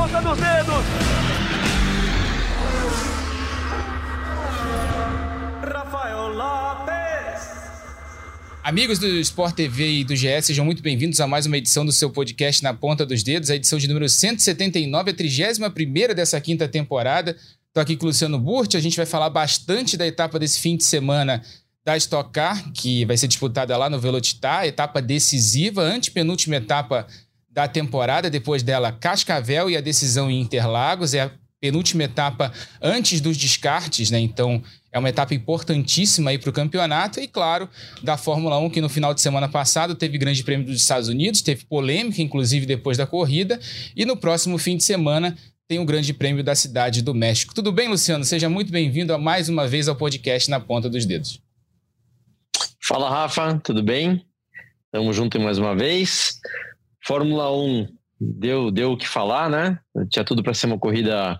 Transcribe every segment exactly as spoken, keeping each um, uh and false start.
ponta dos dedos. Rafael Lopes. Amigos do Sport T V e do G E, sejam muito bem-vindos a mais uma edição do seu podcast Na Ponta dos Dedos, a edição de número cento e setenta e nove, a trigésima primeira dessa quinta temporada. Estou aqui com o Luciano Burti, a gente vai falar bastante da etapa desse fim de semana da Stock Car, que vai ser disputada lá no Velocitar, etapa decisiva, antepenúltima etapa da temporada, depois dela Cascavel e a decisão em Interlagos, é a penúltima etapa antes dos descartes, né? Então é uma etapa importantíssima aí para o campeonato e, claro, da Fórmula um, que no final de semana passado teve Grande Prêmio dos Estados Unidos, teve polêmica, inclusive, depois da corrida, e no próximo fim de semana tem o Grande Prêmio da Cidade do México. Tudo bem, Luciano? Seja muito bem-vindo a mais uma vez ao podcast Na Ponta dos Dedos. Fala, Rafa, tudo bem? Estamos juntos mais uma vez. Fórmula um deu, deu o que falar, né? Tinha tudo para ser uma corrida...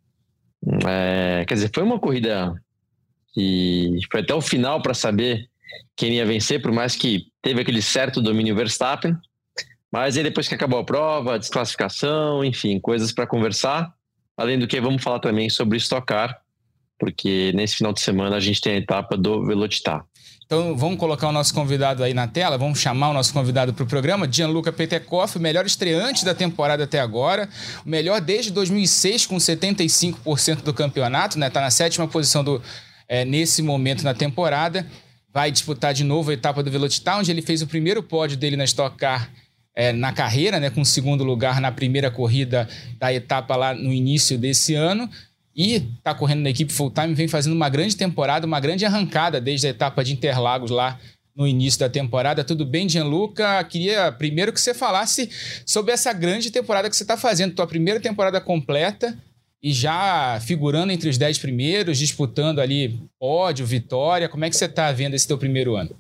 É, quer dizer, foi uma corrida que foi até o final para saber quem ia vencer, por mais que teve aquele certo domínio Verstappen. Mas aí depois que acabou a prova, a desclassificação, enfim, coisas para conversar. Além do que, vamos falar também sobre Stock Car, porque nesse final de semana a gente tem a etapa do Velocitar. Então vamos colocar o nosso convidado aí na tela, vamos chamar o nosso convidado para o programa, Gianluca Petekoff, o melhor estreante da temporada até agora, o melhor desde dois mil e seis com setenta e cinco por cento do campeonato, né? Está na sétima posição do, é, nesse momento na temporada, vai disputar de novo a etapa do Velocitar, onde ele fez o primeiro pódio dele na Stock Car é, na carreira, né? Com o segundo lugar na primeira corrida da etapa lá no início desse ano. E está correndo na equipe full-time, vem fazendo uma grande temporada, uma grande arrancada desde a etapa de Interlagos lá no início da temporada. Tudo bem, Gianluca? Queria primeiro que você falasse sobre essa grande temporada que você está fazendo, tua primeira temporada completa e já figurando entre os dez primeiros, disputando ali pódio, vitória. Como é que você está vendo esse teu primeiro ano?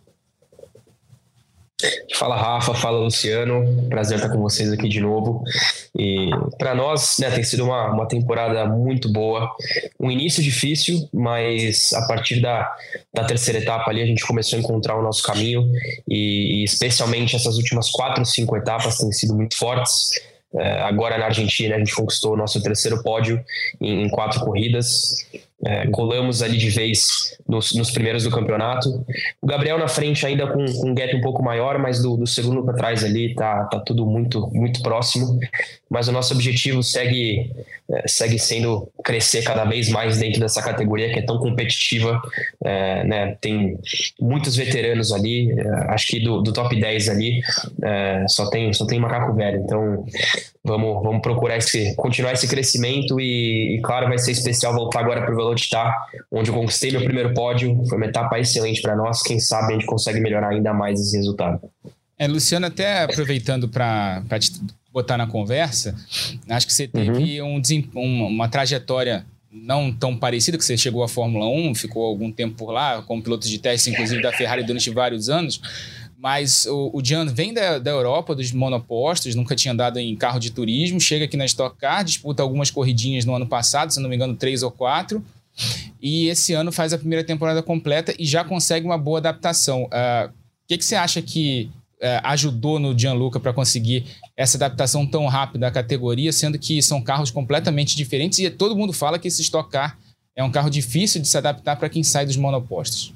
Fala, Rafa, fala, Luciano, prazer estar com vocês aqui de novo. E para nós, né, tem sido uma, uma temporada muito boa, um início difícil, mas a partir da, da terceira etapa ali a gente começou a encontrar o nosso caminho e, e especialmente essas últimas quatro, cinco etapas têm sido muito fortes. É, agora na Argentina a gente conquistou o nosso terceiro pódio em, em quatro corridas. É, colamos ali de vez nos, nos primeiros do campeonato. O Gabriel na frente ainda com, com um gap um pouco maior, mas do, do segundo para trás ali tá, tá tudo muito, muito próximo. Mas o nosso objetivo segue, é, segue sendo crescer cada vez mais dentro dessa categoria que é tão competitiva. É, né, tem muitos veteranos ali, é, acho que do, do top dez ali é, só, tem, só tem macaco velho. Então vamos, vamos procurar esse, continuar esse crescimento e, e claro, vai ser especial voltar agora para o Velocitar, onde eu conquistei meu primeiro pódio. Foi uma etapa excelente para nós. Quem sabe a gente consegue melhorar ainda mais esse resultado. É, Luciano, até aproveitando para te botar na conversa, acho que você teve uhum. um, uma trajetória não tão parecida, que você chegou à Fórmula um, ficou algum tempo por lá, como piloto de teste, inclusive da Ferrari durante vários anos, mas o, o Gian vem da, da Europa, dos monopostos, nunca tinha andado em carro de turismo, chega aqui na Stock Car, disputa algumas corridinhas no ano passado, se não me engano, três ou quatro, e esse ano faz a primeira temporada completa e já consegue uma boa adaptação. O uh, que, que você acha que uh, ajudou no Gianluca para conseguir essa adaptação tão rápida à categoria, sendo que são carros completamente diferentes e todo mundo fala que esse Stock Car é um carro difícil de se adaptar para quem sai dos monopostos?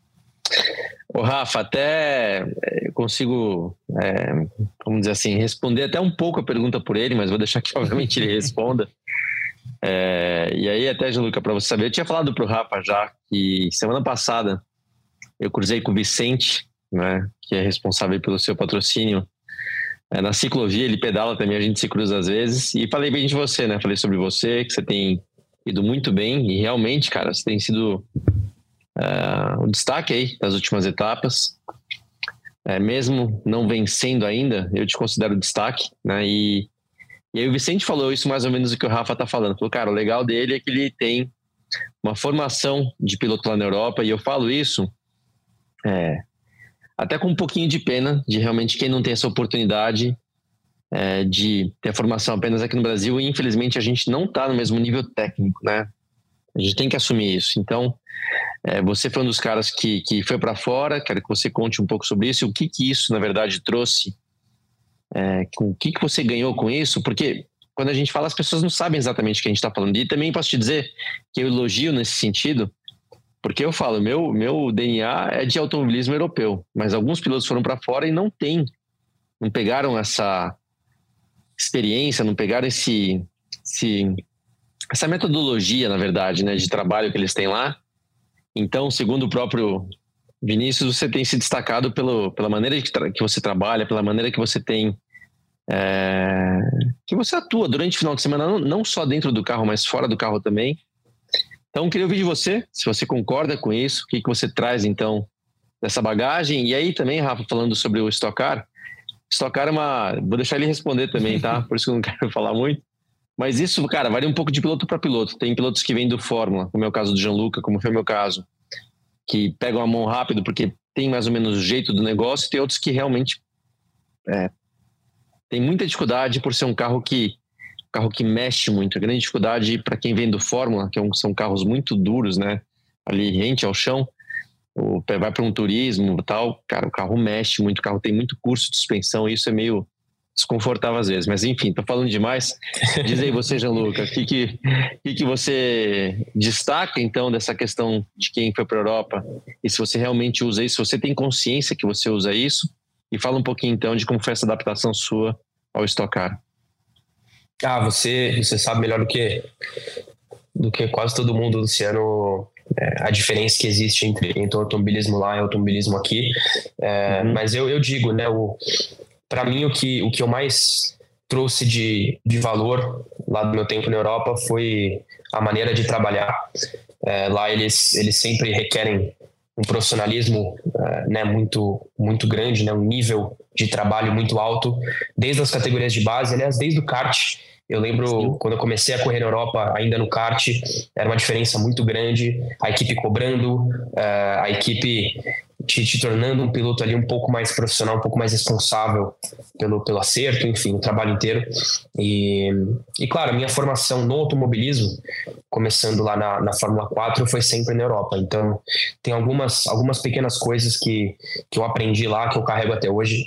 Ô Rafa, até eu consigo, é, vamos dizer assim, responder até um pouco a pergunta por ele, mas vou deixar que obviamente ele responda. É, e aí até, Gianluca, para você saber, eu tinha falado pro Rafa já que semana passada eu cruzei com o Vicente, né, que é responsável pelo seu patrocínio. É, na ciclovia, ele pedala também, a gente se cruza às vezes, e falei bem de você, né, falei sobre você, que você tem ido muito bem, e realmente, cara, você tem sido uh, um destaque aí das últimas etapas, é, mesmo não vencendo ainda, eu te considero destaque, né, e, e aí o Vicente falou isso mais ou menos o que o Rafa tá falando, falou, cara, o legal dele é que ele tem uma formação de piloto lá na Europa, e eu falo isso é, até com um pouquinho de pena de realmente quem não tem essa oportunidade é, de ter formação apenas aqui no Brasil, e infelizmente a gente não está no mesmo nível técnico, né? A gente tem que assumir isso. Então, é, você foi um dos caras que, que foi para fora, quero que você conte um pouco sobre isso, e o que que isso, na verdade, trouxe, é, o que que você ganhou com isso, porque quando a gente fala, as pessoas não sabem exatamente o que a gente está falando. E também posso te dizer que eu elogio nesse sentido, porque eu falo, meu, meu D N A é de automobilismo europeu, mas alguns pilotos foram para fora e não tem, não pegaram essa experiência, não pegaram esse, esse, essa metodologia, na verdade, né, de trabalho que eles têm lá. Então, segundo o próprio Vinícius, você tem se destacado pelo, pela maneira que, tra- que você trabalha, pela maneira que você tem, é, que você atua durante o final de semana, não, não só dentro do carro, mas fora do carro também. Então, queria ouvir de você, se você concorda com isso, o que, que você traz, então, dessa bagagem. E aí também, Rafa, falando sobre o Stock Car, Stock Car é uma... Vou deixar ele responder também, tá? Por isso que eu não quero falar muito. Mas isso, cara, varia um pouco de piloto para piloto. Tem pilotos que vêm do Fórmula, como é o caso do Gianluca, como foi o meu caso, que pegam a mão rápido porque tem mais ou menos o jeito do negócio. Tem outros que realmente é, tem muita dificuldade por ser um carro que carro que mexe muito. A grande dificuldade para quem vem do Fórmula, que são carros muito duros, né? Ali rente ao chão, ou vai para um turismo e tal, cara, o carro mexe muito, o carro tem muito curso de suspensão, e isso é meio desconfortável às vezes. Mas enfim, tô falando demais. Diz aí você, Gianluca, o que que, que que você destaca então dessa questão de quem foi para a Europa, e se você realmente usa isso, se você tem consciência que você usa isso, e fala um pouquinho então de como foi essa adaptação sua ao Stock Car. Ah, você, você sabe melhor do que, do que quase todo mundo, Luciano, é, a diferença que existe entre, entre o automobilismo lá e o automobilismo aqui. É, uhum. Mas eu, eu digo, né, para mim o que, o que eu mais trouxe de, de valor lá do meu tempo na Europa foi a maneira de trabalhar. É, lá eles, eles sempre requerem um profissionalismo é, né, muito, muito grande, né, um nível de trabalho muito alto, desde as categorias de base, aliás, desde o kart. Eu lembro Sim. quando eu comecei a correr na Europa, ainda no kart, era uma diferença muito grande, a equipe cobrando, a equipe te, te tornando um piloto ali um pouco mais profissional, um pouco mais responsável pelo, pelo acerto, enfim, o trabalho inteiro. E, e claro, a minha formação no automobilismo, começando lá na, na Fórmula quatro, foi sempre na Europa. Então, tem algumas, algumas pequenas coisas que, que eu aprendi lá, que eu carrego até hoje.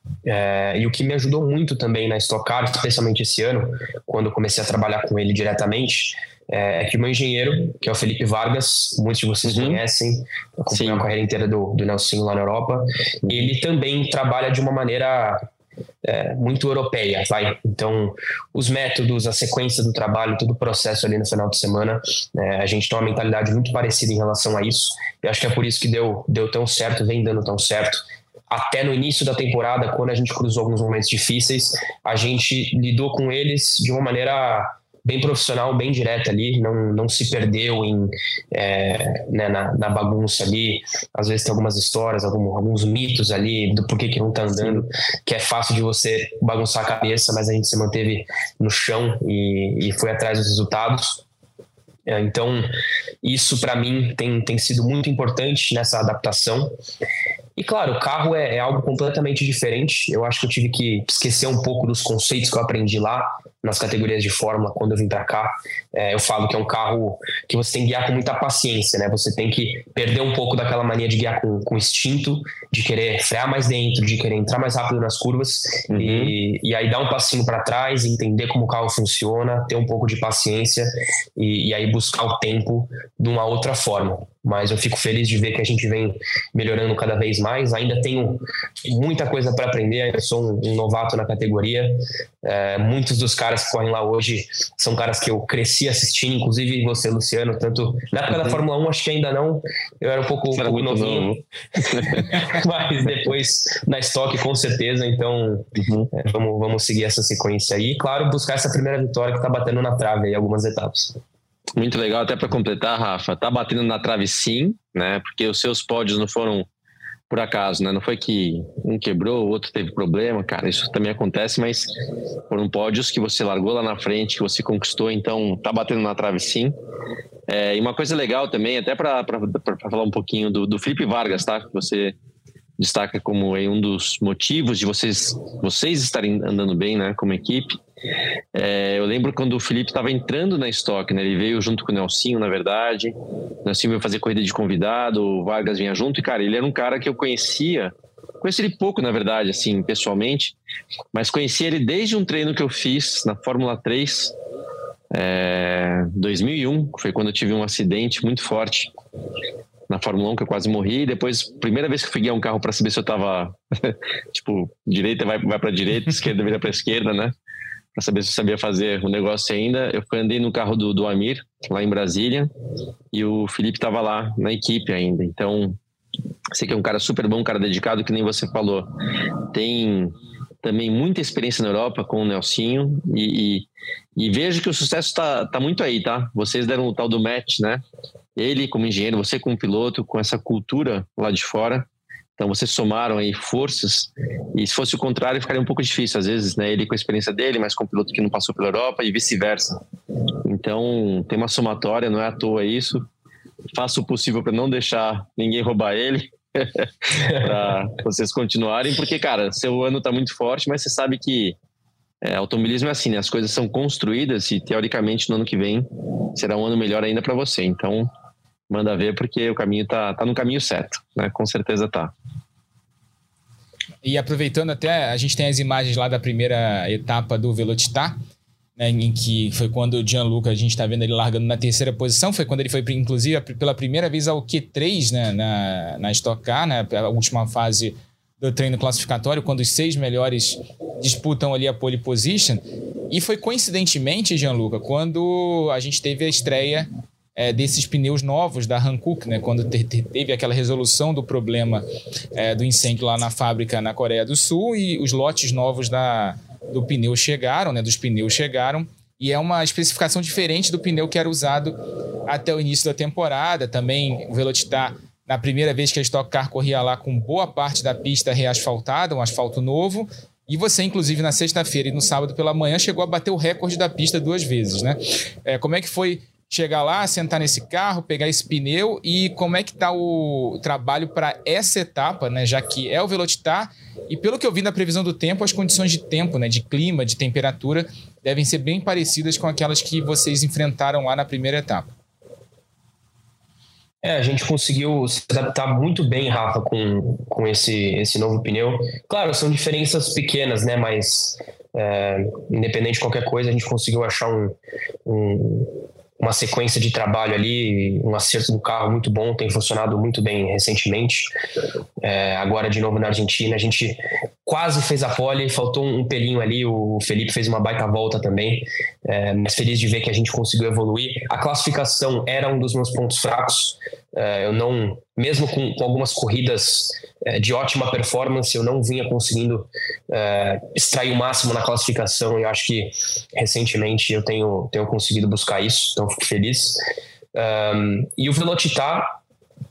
É, e o que me ajudou muito também na Stock Car, especialmente esse ano, quando eu comecei a trabalhar com ele diretamente, é, é que o meu engenheiro, que é o Felipe Vargas, muitos de vocês uhum. conhecem, acompanhou a carreira inteira do, do Nelsinho lá na Europa, ele também trabalha de uma maneira é, muito europeia, vai. Então, os métodos, a sequência do trabalho, todo o processo ali no final de semana, é, a gente tem uma mentalidade muito parecida em relação a isso, e acho que é por isso que deu, deu tão certo, vem dando tão certo. Até no início da temporada, quando a gente cruzou alguns momentos difíceis, a gente lidou com eles de uma maneira bem profissional, bem direta ali, não, não se perdeu em, é, né, na, na bagunça ali. Às vezes tem algumas histórias, algum, alguns mitos ali do porquê que não tá andando, que é fácil de você bagunçar a cabeça, mas a gente se manteve no chão e, e foi atrás dos resultados. Então, isso para mim tem, tem sido muito importante nessa adaptação. E claro, o carro é, é algo completamente diferente. Eu acho que eu tive que esquecer um pouco dos conceitos que eu aprendi lá nas categorias de Fórmula quando eu vim para cá. É, eu falo que é um carro que você tem que guiar com muita paciência, né? Você tem que perder um pouco daquela mania de guiar com, com instinto, de querer frear mais dentro, de querer entrar mais rápido nas curvas, uhum. e, e aí dar um passinho para trás, entender como o carro funciona, ter um pouco de paciência e, e aí buscar o tempo de uma outra forma. Mas eu fico feliz de ver que a gente vem melhorando cada vez mais. Ainda tenho muita coisa para aprender, eu sou um, um novato na categoria. É, muitos dos caras que correm lá hoje são caras que eu cresci assistindo, inclusive você, Luciano, tanto na época uhum. da Fórmula um, acho que ainda não, eu era um pouco, um pouco novinho, mas depois na Stock com certeza. Então uhum. é, vamos, vamos seguir essa sequência aí, e claro, buscar essa primeira vitória que tá batendo na trave aí algumas etapas. Muito legal, até para completar, Rafa, tá batendo na trave sim, né? Porque os seus pódios não foram por acaso, né? Não foi que um quebrou, o outro teve problema, cara, isso também acontece, mas foram pódios que você largou lá na frente, que você conquistou, então tá batendo na trave sim. É, e uma coisa legal também, até para falar um pouquinho do, do Felipe Vargas, tá? Que você destaca como aí um dos motivos de vocês, vocês estarem andando bem, né, como equipe. É, eu lembro quando o Felipe estava entrando na Stock, né, ele veio junto com o Nelsinho, na verdade. O Nelsinho veio fazer corrida de convidado, o Vargas vinha junto, e cara, ele era um cara que eu conhecia conheço ele pouco, na verdade, assim, pessoalmente, mas conheci ele desde um treino que eu fiz na Fórmula três, é, dois mil e um, foi quando eu tive um acidente muito forte na Fórmula um, que eu quase morri. Depois, primeira vez que eu fui guiar um carro para saber se eu tava tipo, direita vai, vai para direita, esquerda vira para esquerda, né? Para saber se eu sabia fazer o negócio ainda. Eu fui, andei no carro do, do Amir, lá em Brasília, e o Felipe tava lá na equipe ainda. Então, sei que é um cara super bom, um cara dedicado, que nem você falou. Tem também muita experiência na Europa com o Nelsinho, e, e, e vejo que o sucesso tá, tá muito aí, tá? Vocês deram o tal do match, né? Ele como engenheiro, você como piloto, com essa cultura lá de fora. Então vocês somaram aí forças, e se fosse o contrário ficaria um pouco difícil às vezes, né? Ele com a experiência dele, mas com um piloto que não passou pela Europa e vice-versa. Então tem uma somatória, não é à toa isso. Faça o possível para não deixar ninguém roubar ele, para vocês continuarem, porque, cara, seu ano tá muito forte, mas você sabe que é, automobilismo é assim, né? As coisas são construídas e teoricamente no ano que vem será um ano melhor ainda para você. Então manda ver, porque o caminho tá, tá no caminho certo, né? Com certeza tá. E aproveitando até, a gente tem as imagens lá da primeira etapa do Velocitar, né, em que foi quando o Gianluca, a gente está vendo ele largando na terceira posição, foi quando ele foi, inclusive, pela primeira vez ao Q três, né, na, na Stock Car, né, a última fase do treino classificatório, quando os seis melhores disputam ali a pole position. E foi coincidentemente, Gianluca, quando a gente teve a estreia É, desses pneus novos da Hankook, né? Quando te, te, teve aquela resolução do problema é, do incêndio lá na fábrica na Coreia do Sul, e os lotes novos da, do pneu chegaram, né? Dos pneus chegaram, e é uma especificação diferente do pneu que era usado até o início da temporada. Também o Velocitar, na primeira vez que a Stock Car corria lá, com boa parte da pista reasfaltada, um asfalto novo. E você, inclusive, na sexta-feira e no sábado pela manhã, chegou a bater o recorde da pista duas vezes, né? É, como é que foi chegar lá, sentar nesse carro, pegar esse pneu, e como é que está o trabalho para essa etapa, né? Já que é o Velocitar, e pelo que eu vi na previsão do tempo, as condições de tempo, né? De clima, de temperatura, devem ser bem parecidas com aquelas que vocês enfrentaram lá na primeira etapa. É, a gente conseguiu se adaptar muito bem, Rafa, com, com esse, esse novo pneu. Claro, são diferenças pequenas, né? Mas é, independente de qualquer coisa, a gente conseguiu achar um... um uma sequência de trabalho ali, um acerto do carro muito bom, tem funcionado muito bem recentemente. É, agora de novo na Argentina, a gente quase fez a pole, faltou um pelinho ali, o Felipe fez uma baita volta também, é, mas feliz de ver que a gente conseguiu evoluir. A classificação era um dos meus pontos fracos, é, eu não, mesmo com, com algumas corridas é, de ótima performance, eu não vinha conseguindo é, extrair o máximo na classificação, e eu acho que recentemente eu tenho, tenho conseguido buscar isso, então fico feliz. Um, e o Velocitar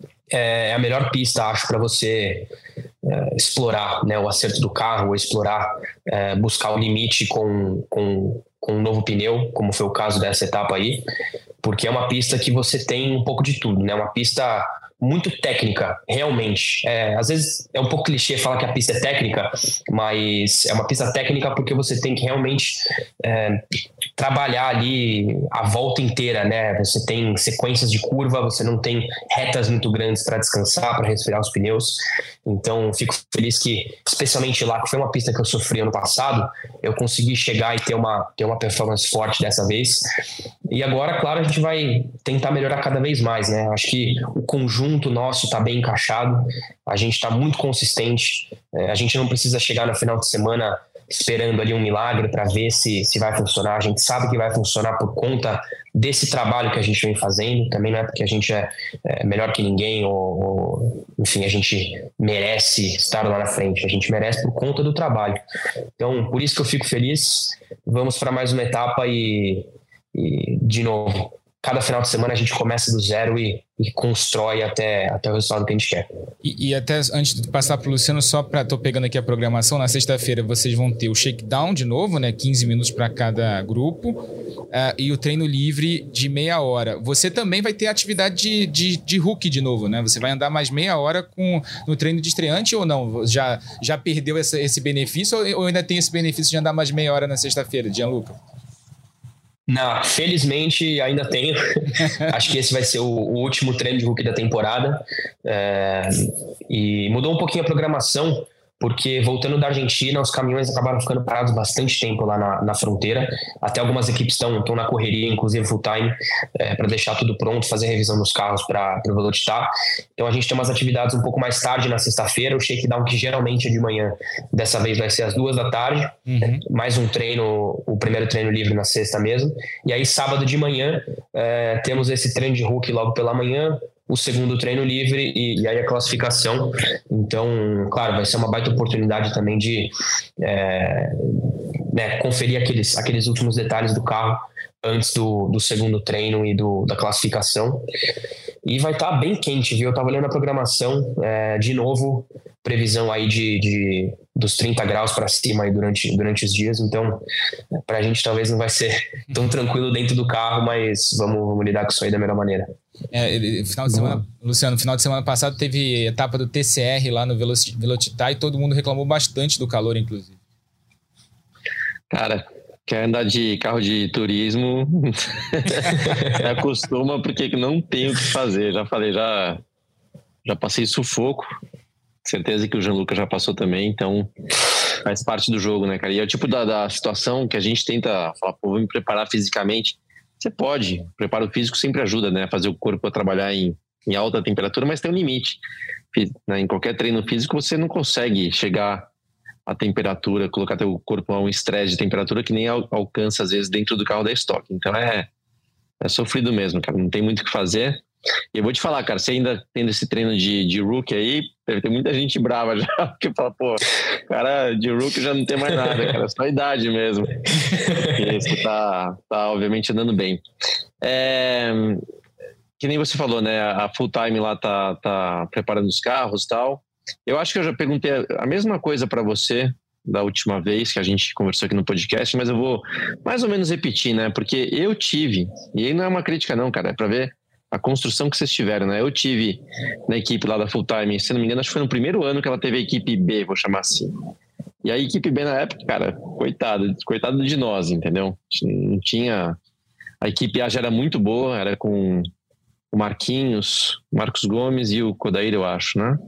é a melhor pista, acho, para você é, explorar, né, o acerto do carro, explorar, é, buscar o limite com, com, com um novo pneu, como foi o caso dessa etapa aí, porque é uma pista que você tem um pouco de tudo, né? Uma pista muito técnica, realmente. É, às vezes é um pouco clichê falar que a pista é técnica, mas é uma pista técnica porque você tem que realmente é, trabalhar ali a volta inteira, né? Você tem sequências de curva, você não tem retas muito grandes para descansar, para resfriar os pneus. Então, fico feliz que, especialmente lá, que foi uma pista que eu sofri ano passado, eu consegui chegar e ter uma, ter uma performance forte dessa vez. E agora, claro, a gente vai tentar melhorar cada vez mais, né? Acho que o conjunto nosso está bem encaixado, a gente está muito consistente, a gente não precisa chegar no final de semana esperando ali um milagre para ver se, se vai funcionar. A gente sabe que vai funcionar por conta desse trabalho que a gente vem fazendo. Também não é porque a gente é, é melhor que ninguém ou, ou, enfim, a gente merece estar lá na frente. A gente merece por conta do trabalho. Então, por isso que eu fico feliz. Vamos para mais uma etapa e, e, de novo, cada final de semana a gente começa do zero e, e constrói até, até o resultado que a gente quer. E, e até antes de passar para o Luciano, só para tô pegando aqui a programação, na sexta-feira vocês vão ter o shakedown de novo, né? quinze minutos para cada grupo, uh, e o treino livre de meia hora. Você também vai ter atividade de, de, de hook de novo, né? Você vai andar mais meia hora com, no treino de estreante ou não? Já, já perdeu essa, esse benefício ou, ou ainda tem esse benefício de andar mais meia hora na sexta-feira, Gianluca? Não, felizmente ainda tenho. Acho que esse vai ser o, o último treino de rookie da temporada. É, e mudou um pouquinho a programação. porque voltando da Argentina, os caminhões acabaram ficando parados bastante tempo lá na, na fronteira. Até algumas equipes estão na correria, inclusive full time, é, para deixar tudo pronto, fazer revisão dos carros para o Velocitar. Então a gente tem umas atividades um pouco mais tarde na sexta-feira, o shakedown que geralmente é de manhã, dessa vez vai ser às duas da tarde, uhum. mais um treino, o primeiro treino livre na sexta mesmo, e aí sábado de manhã é, temos esse treino de Rookie logo pela manhã, o segundo treino livre e, e aí a classificação. Então, claro, vai ser uma baita oportunidade também de é, né, conferir aqueles, aqueles últimos detalhes do carro antes do, do segundo treino e do, da classificação. E vai estar tá bem quente, viu? Eu estava olhando a programação, é, de novo, previsão aí de, de, dos trinta graus para cima aí durante, durante os dias. Então, para a gente talvez não vai ser tão tranquilo dentro do carro, mas vamos, vamos lidar com isso aí da melhor maneira. É, final de semana, Luciano, final de semana passado teve etapa do T C R lá no Velocitar e todo mundo reclamou bastante do calor, inclusive. Cara, quer andar de carro de turismo, acostuma porque não tem o que fazer. Já falei, já, já passei sufoco. Certeza que o Gianluca já passou também, então faz parte do jogo, né, cara? E é o tipo da, da situação que a gente tenta falar, pô, vou me preparar fisicamente. Você pode, o preparo físico sempre ajuda, né, a fazer o corpo a trabalhar em, em alta temperatura, mas tem um limite. Em qualquer treino físico você não consegue chegar a temperatura, colocar teu corpo a um estresse de temperatura que nem al- alcança às vezes dentro do carro da Stock. Então é, é sofrido mesmo, cara, não tem muito o que fazer. E eu vou te falar, cara, você ainda tendo esse treino de, de Rookie aí, deve ter muita gente brava já, porque fala, pô, cara, de Rookie já não tem mais nada, cara, é só a idade mesmo. E você tá, tá obviamente andando bem. É, que nem você falou, né, a Full Time lá tá, tá preparando os carros e tal. Eu acho que eu já perguntei a mesma coisa para você da última vez que a gente conversou aqui no podcast, mas eu vou mais ou menos repetir, né? Porque eu tive, e aí não é uma crítica não, cara, é para ver a construção que vocês tiveram, né? Eu tive na equipe lá da Full Time, se não me engano, acho que foi no primeiro ano que ela teve a equipe B, vou chamar assim. E a equipe B na época, cara, coitado, coitado de nós, entendeu? Não tinha... A equipe A já era muito boa, era com o Marquinhos, o Marcos Gomes e o Kodair, eu acho, né?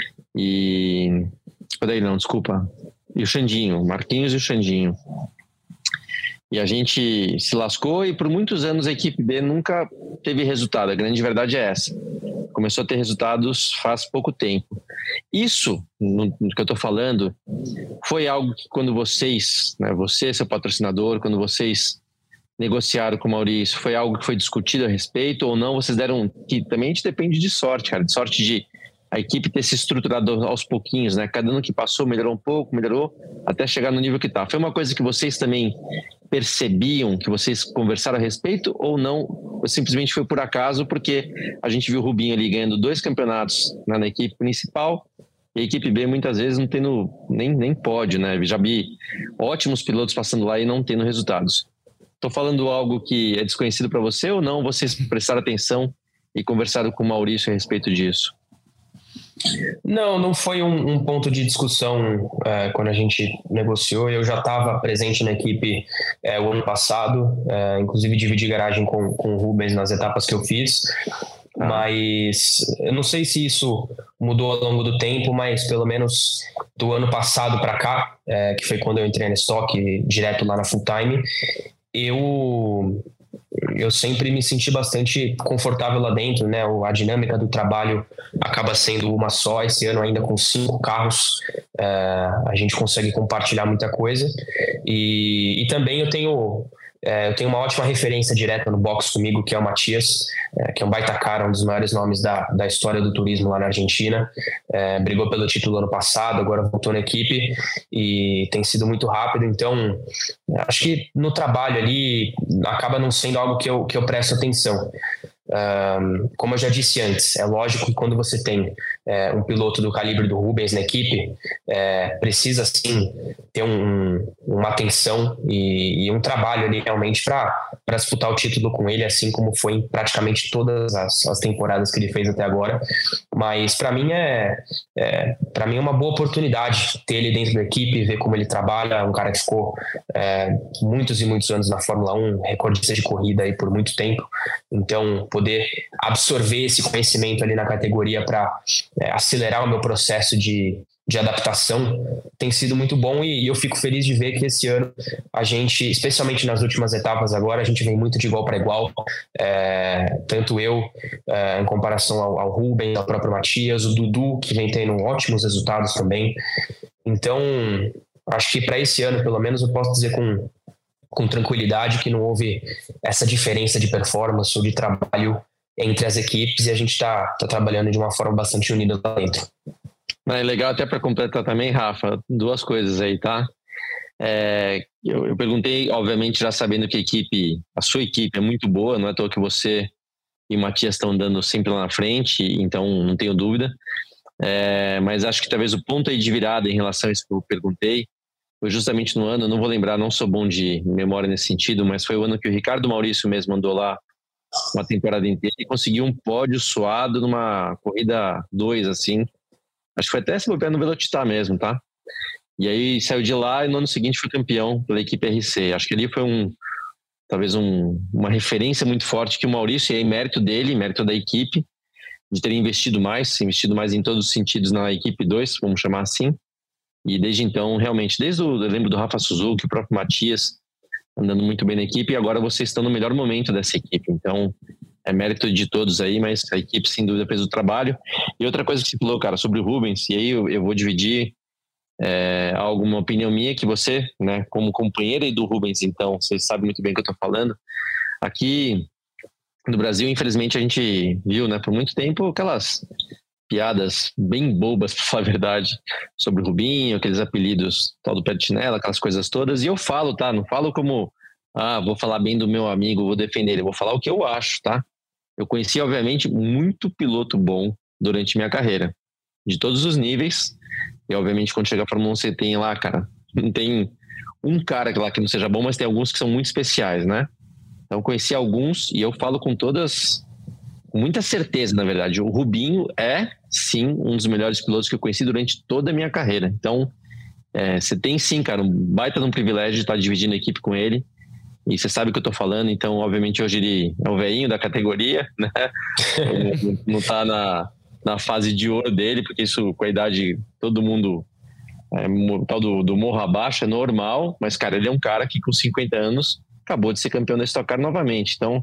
E... Kodair não, desculpa. E o Xandinho, o Marquinhos e o Xandinho. E a gente se lascou e por muitos anos a equipe B nunca teve resultado. A grande verdade é essa. Começou a ter resultados faz pouco tempo. Isso, no, no que eu estou falando, foi algo que quando vocês, né, você, seu patrocinador, quando vocês negociaram com o Maurício, foi algo que foi discutido a respeito ou não? Vocês deram... Que também a gente depende de sorte, cara. De sorte de a equipe ter se estruturado aos pouquinhos, né? Cada ano que passou melhorou um pouco, melhorou, até chegar no nível que tá. Foi uma coisa que vocês também percebiam, que vocês conversaram a respeito, ou não? Ou simplesmente foi por acaso, porque a gente viu o Rubinho ali ganhando dois campeonatos, né, na equipe principal, e a equipe B muitas vezes não tendo nem, nem pódio, né? Já vi ótimos pilotos passando lá e não tendo resultados. Tô falando algo que é desconhecido para você ou não? Vocês prestaram atenção e conversaram com o Maurício a respeito disso? Não, não foi um, um ponto de discussão é, quando a gente negociou. Eu já estava presente na equipe é, o ano passado, é, inclusive dividi garagem com, com o Rubens nas etapas que eu fiz, mas eu não sei se isso mudou ao longo do tempo, mas pelo menos do ano passado para cá, é, que foi quando eu entrei na Stock direto lá na Full Time, eu... eu sempre me senti bastante confortável lá dentro, né? A dinâmica do trabalho acaba sendo uma só. Esse ano ainda com cinco carros, é, a gente consegue compartilhar muita coisa. E, e também eu tenho, é, eu tenho uma ótima referência direta no box comigo, que é o Matias, é, que é um baita cara, um dos maiores nomes da, da história do turismo lá na Argentina. É, brigou pelo título ano passado, agora voltou na equipe e tem sido muito rápido. Então, acho que no trabalho ali acaba não sendo algo que eu, que eu presto atenção. Um, como eu já disse antes, é lógico que quando você tem é, um piloto do calibre do Rubens na equipe, é, precisa sim ter um, uma atenção e, e um trabalho ali realmente para disputar o título com ele, assim como foi em praticamente todas as, as temporadas que ele fez até agora. Mas para mim é, é para mim é uma boa oportunidade ter ele dentro da equipe, ver como ele trabalha. Um cara que ficou é, muitos e muitos anos na Fórmula um, recordista de corrida aí por muito tempo. Então, poder absorver esse conhecimento ali na categoria para é, acelerar o meu processo de, de adaptação tem sido muito bom, e, e eu fico feliz de ver que esse ano a gente, especialmente nas últimas etapas agora, a gente vem muito de igual para igual, é, tanto eu é, em comparação ao, ao Rubens, ao próprio Matias, o Dudu, que vem tendo ótimos resultados também. Então acho que para esse ano, pelo menos, eu posso dizer com, com tranquilidade que não houve essa diferença de performance ou de trabalho entre as equipes, e a gente está tá trabalhando de uma forma bastante unida lá dentro. É legal, até para completar também, Rafa, duas coisas aí, tá? É, eu, eu perguntei, obviamente, já sabendo que a equipe, a sua equipe é muito boa, não é à toa que você e o Matias estão andando sempre lá na frente, então não tenho dúvida. É, mas acho que talvez o ponto aí de virada em relação a isso que eu perguntei foi justamente no ano, eu não vou lembrar, não sou bom de memória nesse sentido, mas foi o ano que o Ricardo Maurício mesmo andou lá uma temporada inteira e conseguiu um pódio suado numa corrida dois, assim. Acho que foi até se bobear no Velocitar mesmo, tá? E aí saiu de lá e no ano seguinte foi campeão pela equipe R C. Acho que ali foi um, talvez um, uma referência muito forte que o Maurício, e aí mérito dele, mérito da equipe, de ter investido mais, investido mais em todos os sentidos na equipe dois, vamos chamar assim. E desde então, realmente, desde o, eu lembro do Rafa Suzuki, o próprio Matias, andando muito bem na equipe, e agora vocês estão no melhor momento dessa equipe. Então, é mérito de todos aí, mas a equipe sem dúvida fez o trabalho. E outra coisa que você falou, cara, sobre o Rubens, e aí eu, eu vou dividir é, alguma opinião minha, que você, né, como companheira do Rubens, então, você sabe muito bem o que eu tô falando. Aqui no Brasil, infelizmente, a gente viu, né, por muito tempo, aquelas piadas bem bobas, pra falar a verdade, sobre o Rubinho, aqueles apelidos, tal do pé de chinela, aquelas coisas todas. E eu falo, tá? Não falo como, ah, vou falar bem do meu amigo, vou defender ele. Vou falar o que eu acho, tá? Eu conheci, obviamente, muito piloto bom durante minha carreira, de todos os níveis. E, obviamente, quando chegar a Fórmula um, você tem lá, cara, não tem um cara lá que não seja bom, mas tem alguns que são muito especiais, né? Então, eu conheci alguns e eu falo com todas, com muita certeza, na verdade. O Rubinho é, sim, um dos melhores pilotos que eu conheci durante toda a minha carreira. Então, é, você tem, sim, cara, um baita de um privilégio de estar dividindo a equipe com ele. E você sabe o que eu tô falando, então, obviamente, hoje ele é o velhinho da categoria, né? Ele não tá na, na fase de ouro dele, porque isso, com a idade, todo mundo, é, tal do, do morro abaixo, é normal, mas, cara, ele é um cara que com cinquenta anos acabou de ser campeão da Stock Car novamente. Então,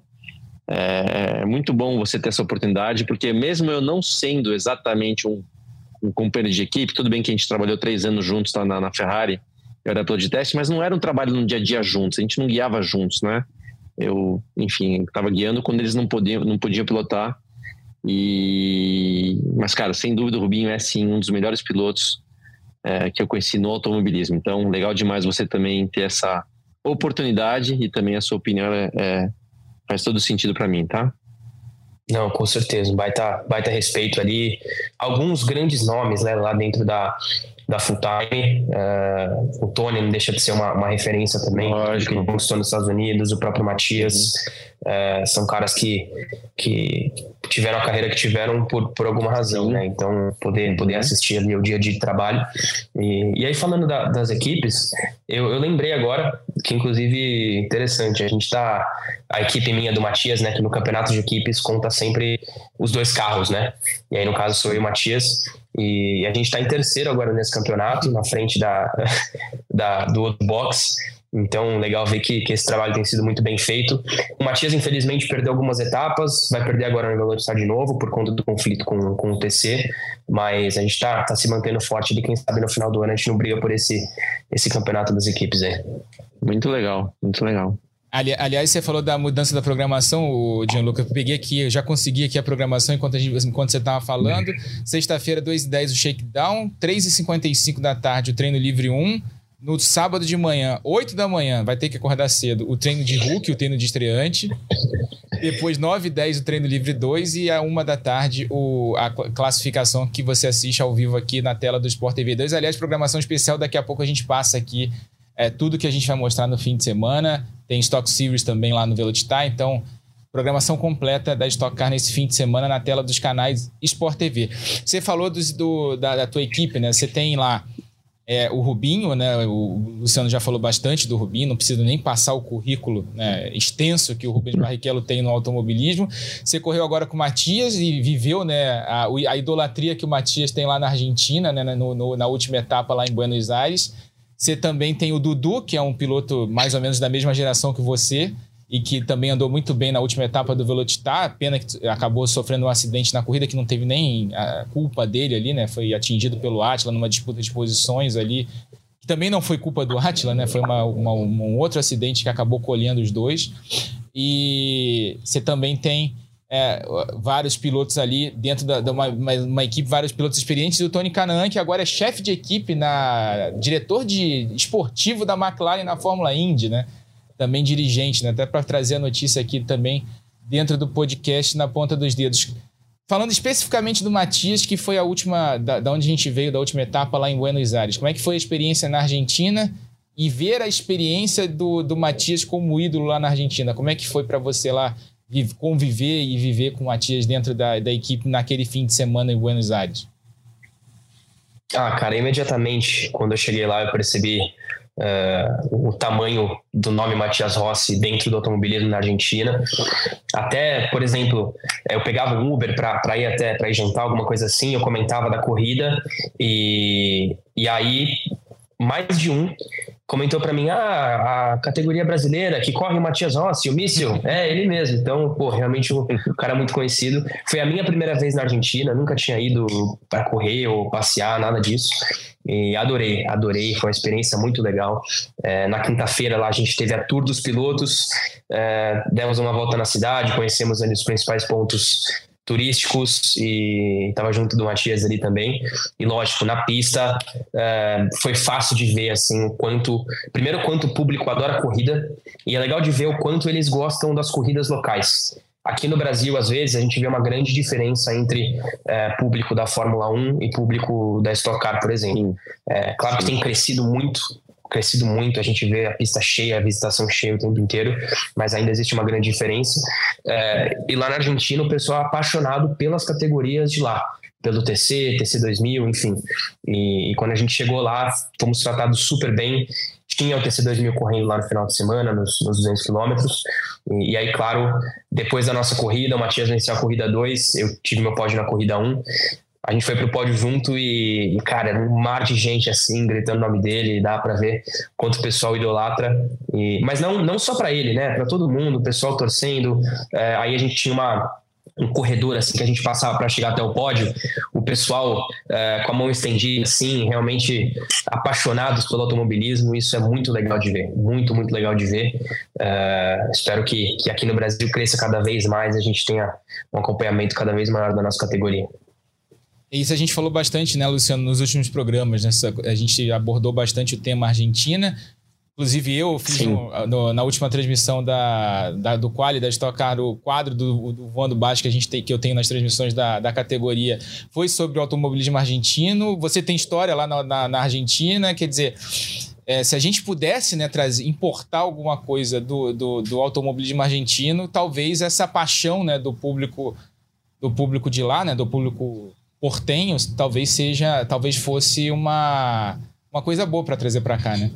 é, é muito bom você ter essa oportunidade, porque mesmo eu não sendo exatamente um, um companheiro de equipe, tudo bem que a gente trabalhou três anos juntos tá, na, na Ferrari, eu era piloto de teste, mas não era um trabalho no dia a dia juntos, a gente não guiava juntos, né? Eu, enfim, estava guiando quando eles não podiam, não podiam pilotar. E... Mas, cara, sem dúvida o Rubinho é, sim, um dos melhores pilotos é, que eu conheci no automobilismo. Então, legal demais você também ter essa oportunidade, e também a sua opinião é, é, faz todo sentido para mim, tá? Não, com certeza, um baita, baita respeito ali. Alguns grandes nomes, né, lá dentro da, da Full Time. Uh, o Tony não deixa de ser uma, uma referência também. Lógico. Que conquistou nos Estados Unidos, o próprio Matias. Uh, são caras que, que tiveram a carreira que tiveram por, por alguma razão, né? Então, poder, poder assistir ali o dia a dia de trabalho. E, e aí, falando da, das equipes, eu, eu lembrei agora que, inclusive, interessante, a gente tá... A equipe minha do Matias, né? Que no campeonato de equipes conta sempre os dois carros, né? E aí, no caso, sou eu e o Matias. E a gente tá em terceiro agora nesse campeonato, na frente da, da, do outro box. Então, legal ver que, que esse trabalho tem sido muito bem feito. O Matias, infelizmente, perdeu algumas etapas, vai perder agora no Velocitar de novo, por conta do conflito com, com o T C, mas a gente tá, tá se mantendo forte, e quem sabe no final do ano a gente não briga por esse, esse campeonato das equipes aí. Muito legal, muito legal. Ali, aliás, você falou da mudança da programação, o Gianluca. Eu peguei aqui, eu já consegui aqui a programação enquanto, a gente, enquanto você estava falando. Sexta-feira, duas e dez, o shakedown. três e cinquenta e cinco da tarde, o treino livre um. No sábado de manhã, oito da manhã, vai ter que acordar cedo, o treino de Hulk, o treino de estreante. Depois, nove e dez, o treino livre dois. E a uma da tarde, o, a classificação que você assiste ao vivo aqui na tela do Sport T V dois. Aliás, programação especial, daqui a pouco a gente passa aqui é, tudo que a gente vai mostrar no fim de semana. Tem Stock Series também lá no Velocitar. Então, programação completa da Stock Car nesse fim de semana na tela dos canais Sport T V. Você falou dos, do, da, da tua equipe, né? Você tem lá É, o Rubinho, né? O Luciano já falou bastante do Rubinho, não precisa nem passar o currículo, né, extenso que o Rubens Barrichello tem no automobilismo. Você correu agora com o Matias e viveu, né, a, a idolatria que o Matias tem lá na Argentina, né, no, no, na última etapa lá em Buenos Aires. Você também tem o Dudu, que é um piloto mais ou menos da mesma geração que você e que também andou muito bem na última etapa do Velocitar. Pena que acabou sofrendo um acidente na corrida que não teve nem a culpa dele ali, né? Foi atingido pelo Átila numa disputa de posições ali, que também não foi culpa do Átila, né? Foi uma, uma, um outro acidente que acabou colhendo os dois. E você também tem é, vários pilotos ali dentro da, de uma, uma, uma equipe, vários pilotos experientes. E o Tony Kanaan, que agora é chefe de equipe, na, diretor de esportivo da McLaren na Fórmula Indy, né? Também dirigente, né? Até para trazer a notícia aqui também dentro do podcast na ponta dos dedos. Falando especificamente do Matias, que foi a última, da, da onde a gente veio, da última etapa lá em Buenos Aires. Como é que foi a experiência na Argentina e ver a experiência do, do Matias como ídolo lá na Argentina? Como é que foi para você lá conviver e viver com o Matias dentro da, da equipe naquele fim de semana em Buenos Aires? Ah, cara, imediatamente quando eu cheguei lá eu percebi Uh, o tamanho do nome Matias Rossi dentro do automobilismo na Argentina. Até, por exemplo, eu pegava um Uber para ir até para ir jantar, alguma coisa assim, eu comentava da corrida e, e aí mais de um comentou para mim, ah, a categoria brasileira que corre o Matias Rossi, o míssil, é ele mesmo. Então, pô, realmente o, o cara é muito conhecido. Foi a minha primeira vez na Argentina, nunca tinha ido para correr ou passear, nada disso. E adorei, adorei, foi uma experiência muito legal. É, na quinta-feira lá a gente teve a tour dos pilotos, é, demos uma volta na cidade, conhecemos ali os principais pontos turísticos e estava junto do Matias ali também. E lógico, na pista é, foi fácil de ver assim, o quanto, primeiro quanto o público adora a corrida, e é legal de ver o quanto eles gostam das corridas locais. Aqui no Brasil, às vezes, a gente vê uma grande diferença entre é, público da Fórmula um e público da Stock Car, por exemplo. É, claro que tem crescido muito, crescido muito, a gente vê a pista cheia, a visitação cheia o tempo inteiro, mas ainda existe uma grande diferença. É, e lá na Argentina, o pessoal é apaixonado pelas categorias de lá, pelo T C, T C dois mil, enfim. E, e quando a gente chegou lá, fomos tratados super bem. Tinha o T C dois mil correndo lá no final de semana, nos, nos duzentos quilômetros. E, e aí, claro, depois da nossa corrida, o Matias venceu a corrida dois, eu tive meu pódio na corrida um. A gente foi pro pódio junto e, e, cara, um mar de gente assim, gritando o nome dele, dá pra ver quanto o pessoal idolatra. E, mas não, não só pra ele, né? Pra todo mundo, o pessoal torcendo. É, aí a gente tinha uma... um corredor assim que a gente passava para chegar até o pódio, o pessoal é, com a mão estendida assim, realmente apaixonados pelo automobilismo. Isso é muito legal de ver, muito, muito legal de ver. É, espero que, que aqui no Brasil cresça cada vez mais, a gente tenha um acompanhamento cada vez maior da nossa categoria. Isso a gente falou bastante, né, Luciano, nos últimos programas, né? A gente abordou bastante o tema Argentina. Inclusive eu fiz um, no, na última transmissão da, da, do Quali, da Stock Car, o quadro do, do voando baixo que, a gente tem, que eu tenho nas transmissões da, da categoria foi sobre o automobilismo argentino. Você tem história lá na, na, na Argentina, quer dizer, é, se a gente pudesse, né, trazer, importar alguma coisa do, do, do automobilismo argentino, talvez essa paixão, né, do público do público de lá, né, do público portenho, talvez seja, talvez fosse uma, uma coisa boa para trazer para cá, né?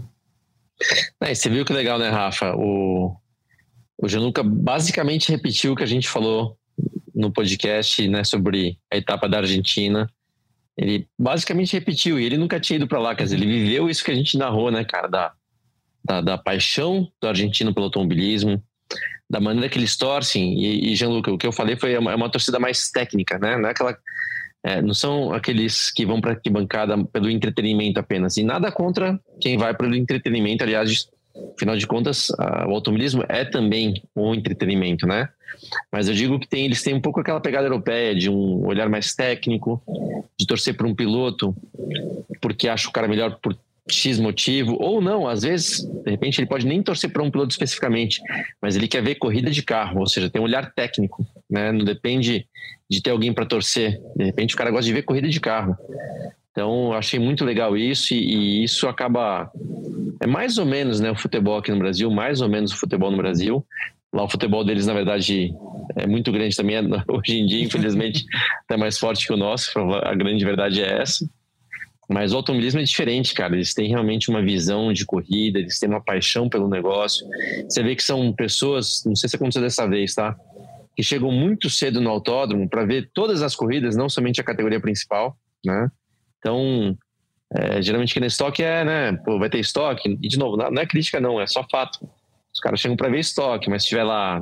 É, você viu que legal, né, Rafa? O, o Gianluca basicamente repetiu o que a gente falou no podcast, né, sobre a etapa da Argentina. Ele basicamente repetiu, e ele nunca tinha ido para lá, quer dizer, ele viveu isso que a gente narrou, né, cara, da, da, da paixão do argentino pelo automobilismo, da maneira que eles torcem. E, e Gianluca, o que eu falei foi uma, uma torcida mais técnica, né? Não é aquela... É, não são aqueles que vão para a arquibancada pelo entretenimento apenas. E nada contra quem vai pelo entretenimento. Aliás, afinal de contas, a, o automobilismo é também um entretenimento, né? Mas eu digo que tem, eles têm um pouco aquela pegada europeia de um olhar mais técnico, de torcer por um piloto porque acha o cara melhor por X motivo, ou não, às vezes, de repente, ele pode nem torcer para um piloto especificamente, mas ele quer ver corrida de carro, ou seja, tem um olhar técnico, né? Não depende de ter alguém para torcer, de repente o cara gosta de ver corrida de carro. Então, eu achei muito legal isso, e, e isso acaba, é mais ou menos, né, o futebol aqui no Brasil, mais ou menos o futebol no Brasil. Lá o futebol deles, na verdade, é muito grande também, hoje em dia, infelizmente, até mais forte que o nosso, a grande verdade é essa. Mas o automobilismo é diferente, cara. Eles têm realmente uma visão de corrida, eles têm uma paixão pelo negócio. Você vê que são pessoas, não sei se aconteceu dessa vez, tá? Que chegam muito cedo no autódromo para ver todas as corridas, não somente a categoria principal, né? Então, é, geralmente que no estoque é, né? Pô, vai ter estoque. E, de novo, não é crítica, não, é só fato. Os caras chegam para ver estoque, mas se tiver lá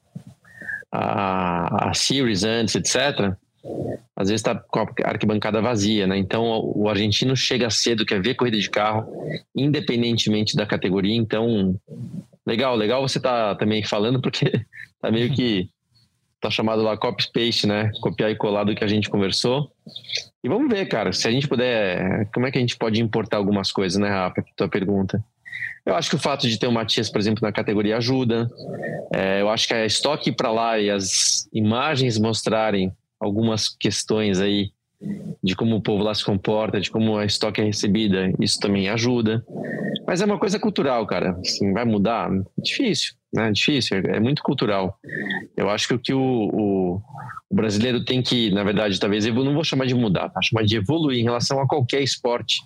a, a Series antes, etcétera, às vezes tá com a arquibancada vazia, né? Então o argentino chega cedo, quer ver corrida de carro, independentemente da categoria. Então, legal, legal você tá também falando, porque tá meio que tá chamado lá copy-paste, né? Copiar e colar do que a gente conversou. E vamos ver, cara, se a gente puder, como é que a gente pode importar algumas coisas, né, Rafa? Tua pergunta. Eu acho que o fato de ter o Matias, por exemplo, na categoria ajuda. É, eu acho que a estoque ir para lá e as imagens mostrarem algumas questões aí de como o povo lá se comporta, de como a estoque é recebida, isso também ajuda. Mas é uma coisa cultural, cara. Assim, vai mudar? Difícil, né? Difícil, é muito cultural. Eu acho que o que o, o, o brasileiro tem que, na verdade, talvez, eu não vou chamar de mudar, tá? Chamar de evoluir em relação a qualquer esporte.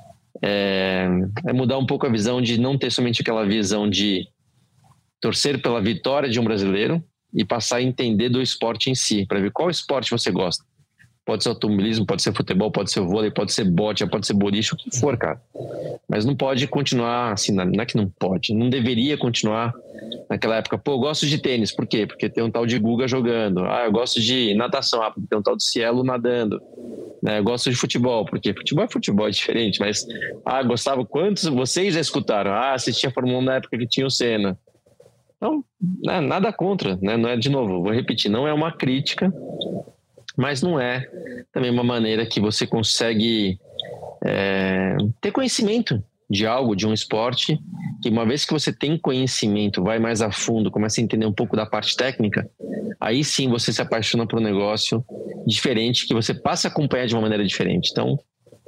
É, é mudar um pouco a visão de não ter somente aquela visão de torcer pela vitória de um brasileiro e passar a entender do esporte em si, para ver qual esporte você gosta. Pode ser automobilismo, pode ser futebol, pode ser vôlei, pode ser bote, pode ser boliche, o que for, cara. Mas não pode continuar assim, não é que não pode, não deveria continuar naquela época. Pô, eu gosto de tênis, por quê? Porque tem um tal de Guga jogando. Ah, eu gosto de natação, ah, porque tem um tal de Cielo nadando. Né? Eu gosto de futebol, porque futebol é futebol, é diferente, mas ah, gostava, quantos vocês já escutaram? Ah, assistia a Fórmula um na época que tinha o Senna. Então, né, nada contra, né? Não é, de novo, vou repetir, não é uma crítica, mas não é também uma maneira que você consegue é, ter conhecimento de algo, de um esporte, que uma vez que você tem conhecimento, vai mais a fundo, começa a entender um pouco da parte técnica, aí sim você se apaixona por um negócio diferente, que você passa a acompanhar de uma maneira diferente. Então,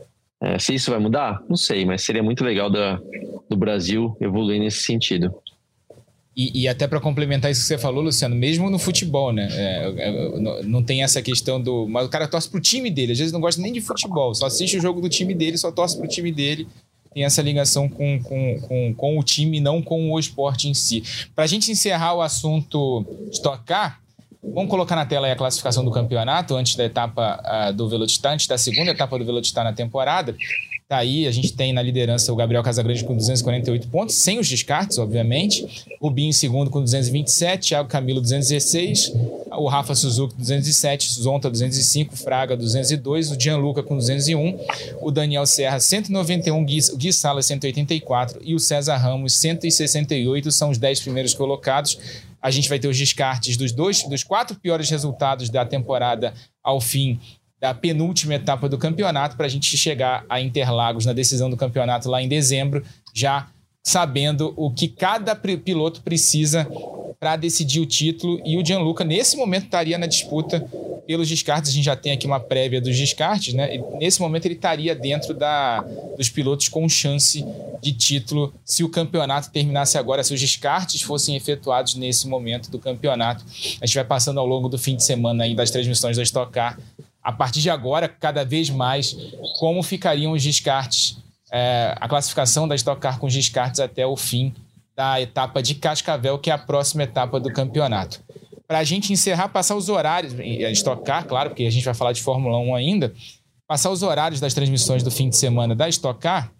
é, se isso vai mudar, não sei, mas seria muito legal da, do Brasil evoluir nesse sentido. E, e até para complementar isso que você falou, Luciano, mesmo no futebol, né? É, é, não tem essa questão do... Mas o cara torce pro time dele, às vezes não gosta nem de futebol, só assiste o jogo do time dele, só torce pro time dele. Tem essa ligação com, com, com, com o time, não com o esporte em si. Para a gente encerrar o assunto Stock Car, vamos colocar na tela aí a classificação do campeonato antes da etapa uh, do Velocitar, antes da segunda etapa do Velocitar na temporada. Tá aí, a gente tem na liderança o Gabriel Casagrande com duzentos e quarenta e oito pontos, sem os descartes, obviamente. O Binho em segundo com duzentos e vinte e sete, Thiago Camilo duzentos e dezesseis, o Rafa Suzuki duzentos e sete, Zonta duzentos e cinco, Fraga duzentos e dois, o Gianluca com duzentos e um, o Daniel Serra cento e noventa e um, Gui, o Gui Sala cento e oitenta e quatro e o César Ramos cento e sessenta e oito, são os dez primeiros colocados. A gente vai ter os descartes dos, dois, dos quatro piores resultados da temporada ao fim da penúltima etapa do campeonato, para a gente chegar a Interlagos na decisão do campeonato lá em dezembro, já sabendo o que cada piloto precisa para decidir o título. E o Gianluca, nesse momento, estaria na disputa pelos descartes. A gente já tem aqui uma prévia dos descartes, né? E nesse momento, ele estaria dentro da, dos pilotos com chance de título se o campeonato terminasse agora, se os descartes fossem efetuados nesse momento do campeonato. A gente vai passando ao longo do fim de semana aí das transmissões da Stock Car, a partir de agora, cada vez mais, como ficariam os descartes, é, a classificação da Stock Car com os descartes até o fim da etapa de Cascavel, que é a próxima etapa do campeonato. Para a gente encerrar, passar os horários, a Stock Car, claro, porque a gente vai falar de Fórmula um ainda, passar os horários das transmissões do fim de semana da Stock Car.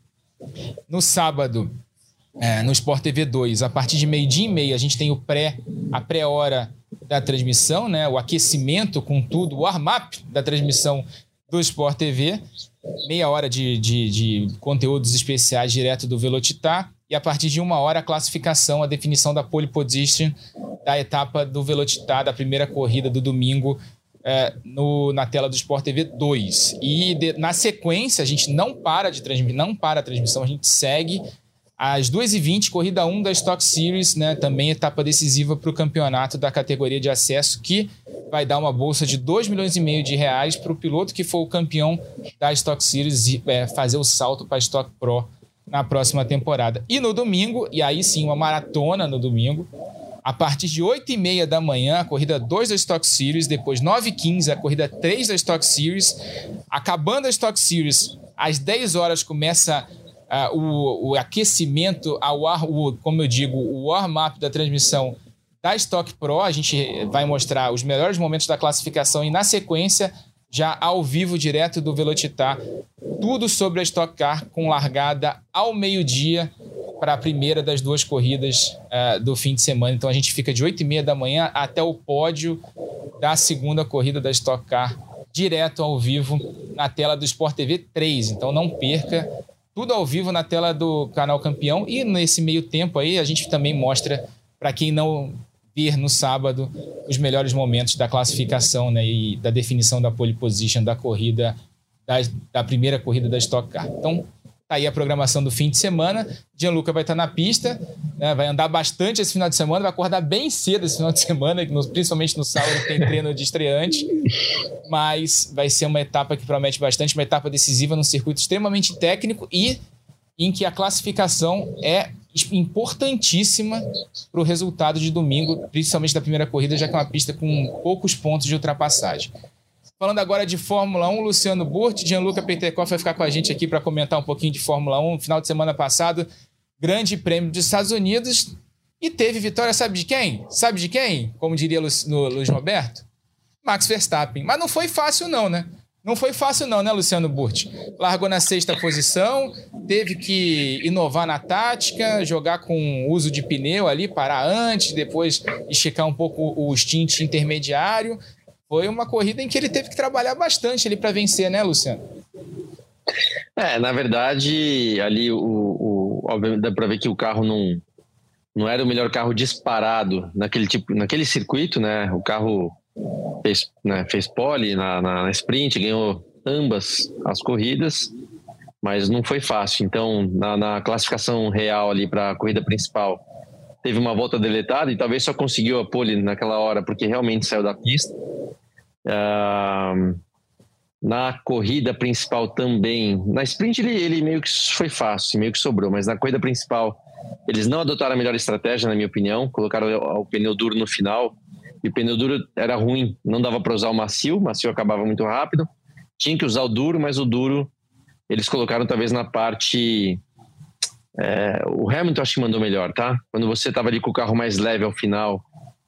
No sábado, é, no Sport T V dois, a partir de meio-dia e meia, a gente tem o pré, a pré-hora da transmissão, né? O aquecimento com tudo, o warm-up da transmissão do Sport T V, meia hora de, de, de conteúdos especiais direto do Velocitar, e a partir de uma hora a classificação, a definição da pole position da etapa do Velocitar, da primeira corrida do domingo, é, no, na tela do Sport T V dois. E de, na sequência, a gente não para de transmitir, não para a transmissão, a gente segue às duas e vinte, corrida um da Stock Series, né? Também etapa decisiva para o campeonato da categoria de acesso, que vai dar uma bolsa de dois milhões e meio de reais para o piloto que for o campeão da Stock Series e é, fazer o salto para a Stock Pro na próxima temporada. E no domingo, e aí sim, uma maratona no domingo, a partir de oito e meia da manhã, a corrida dois da Stock Series, depois nove e quinze, a corrida três da Stock Series, acabando a Stock Series, Às dez horas começa uh, o, o aquecimento, ao ar, o, como eu digo, o warm-up da transmissão da Stock Pro. A gente vai mostrar os melhores momentos da classificação e, na sequência, já ao vivo, direto do Velocitar, tudo sobre a Stock Car, com largada ao meio-dia para a primeira das duas corridas uh, do fim de semana. Então a gente fica de oito e meia da manhã até o pódio da segunda corrida da Stock Car, direto ao vivo na tela do Sport T V três. Então não perca, tudo ao vivo na tela do canal Campeão. E nesse meio tempo aí a gente também mostra, para quem não ver no sábado, os melhores momentos da classificação, né, e da definição da pole position da corrida, da, da primeira corrida da Stock Car. Então tá aí a programação do fim de semana. Gianluca vai estar na pista, né, vai andar bastante esse final de semana, vai acordar bem cedo esse final de semana, principalmente no sábado tem treino de estreante, mas vai ser uma etapa que promete bastante, uma etapa decisiva num circuito extremamente técnico e em que a classificação é importantíssima para o resultado de domingo, principalmente da primeira corrida, já que é uma pista com poucos pontos de ultrapassagem. Falando agora de Fórmula um, Luciano Burti, Gianluca Peterkoff vai ficar com a gente aqui para comentar um pouquinho de Fórmula um. Final de semana passado, Grande Prêmio dos Estados Unidos, e teve vitória, sabe de quem? Sabe de quem? Como diria no Luiz Roberto? Max Verstappen. Mas não foi fácil não, né? Não foi fácil não, né, Luciano Burti? Largou na sexta posição, teve que inovar na tática, jogar com uso de pneu ali, parar antes, depois esticar um pouco o stint intermediário. Foi uma corrida em que ele teve que trabalhar bastante ali para vencer, né, Luciano? É, na verdade, ali, o, o, obviamente, dá para ver que o carro não, não era o melhor carro disparado naquele, tipo, naquele circuito, né? O carro fez, né, fez pole na, na, na sprint, ganhou ambas as corridas, mas não foi fácil. Então, na, na classificação real ali para a corrida principal, teve uma volta deletada e talvez só conseguiu a pole naquela hora porque realmente saiu da pista. Uh, na corrida principal também, na sprint ele, ele meio que foi fácil, meio que sobrou, mas na corrida principal eles não adotaram a melhor estratégia, na minha opinião. Colocaram o, o pneu duro no final e o pneu duro era ruim, não dava para usar o macio, o macio acabava muito rápido, tinha que usar o duro, mas o duro eles colocaram talvez na parte... É, o Hamilton acho que mandou melhor, tá? Quando você estava ali com o carro mais leve ao final,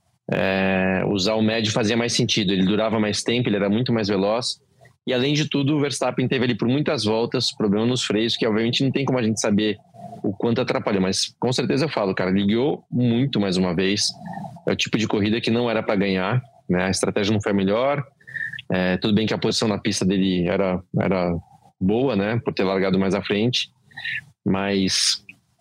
é, usar o médio fazia mais sentido, ele durava mais tempo, ele era muito mais veloz, e além de tudo o Verstappen teve ali por muitas voltas problema nos freios, que obviamente não tem como a gente saber o quanto atrapalhou, mas com certeza eu falo, cara, ligou muito mais uma vez. É o tipo de corrida que não era para ganhar, né? A estratégia não foi a melhor, é, tudo bem que a posição na pista dele era, era boa, né, por ter largado mais à frente, mas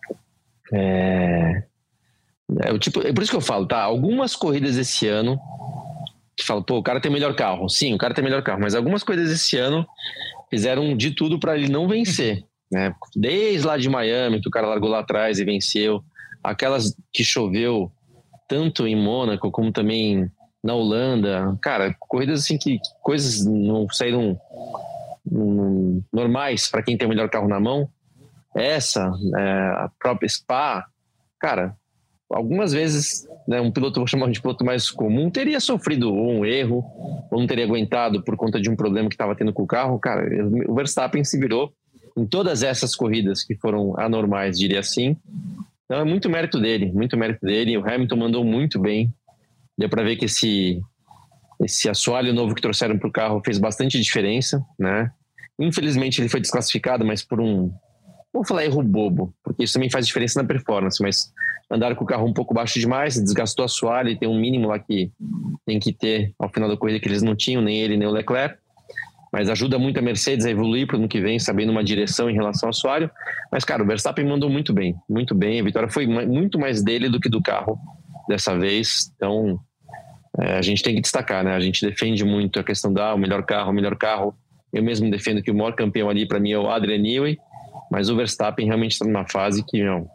é, é, o tipo, é por isso que eu falo, tá? Algumas corridas esse ano que falam, pô, o cara tem melhor carro. Sim, o cara tem melhor carro, mas algumas corridas esse ano fizeram de tudo para ele não vencer, né? Desde lá de Miami, que o cara largou lá atrás e venceu, aquelas que choveu tanto em Mônaco como também na Holanda, cara, corridas assim que coisas não saíram um, normais para quem tem o melhor carro na mão. Essa, é, a própria Spa, cara, algumas vezes, né, um piloto, vou chamar de piloto mais comum, teria sofrido um erro, ou não teria aguentado por conta de um problema que estava tendo com o carro. Cara, o Verstappen se virou em todas essas corridas que foram anormais, diria assim. Então é muito mérito dele, muito mérito dele. O Hamilton mandou muito bem. Deu para ver que esse, esse assoalho novo que trouxeram para o carro fez bastante diferença, né? Infelizmente ele foi desclassificado, mas por um... Vou falar erro bobo, porque isso também faz diferença na performance, mas andaram com o carro um pouco baixo demais, desgastou a assoalho e tem um mínimo lá que tem que ter ao final da corrida que eles não tinham, nem ele nem o Leclerc, mas ajuda muito a Mercedes a evoluir para o ano que vem, sabendo uma direção em relação ao assoalho. Mas, cara, o Verstappen mandou muito bem, muito bem, a vitória foi muito mais dele do que do carro dessa vez, então é, a gente tem que destacar, né? A gente defende muito a questão da ah, o melhor carro, o melhor carro. Eu mesmo defendo que o maior campeão ali para mim é o Adrian Newey, mas o Verstappen realmente está numa fase que, não,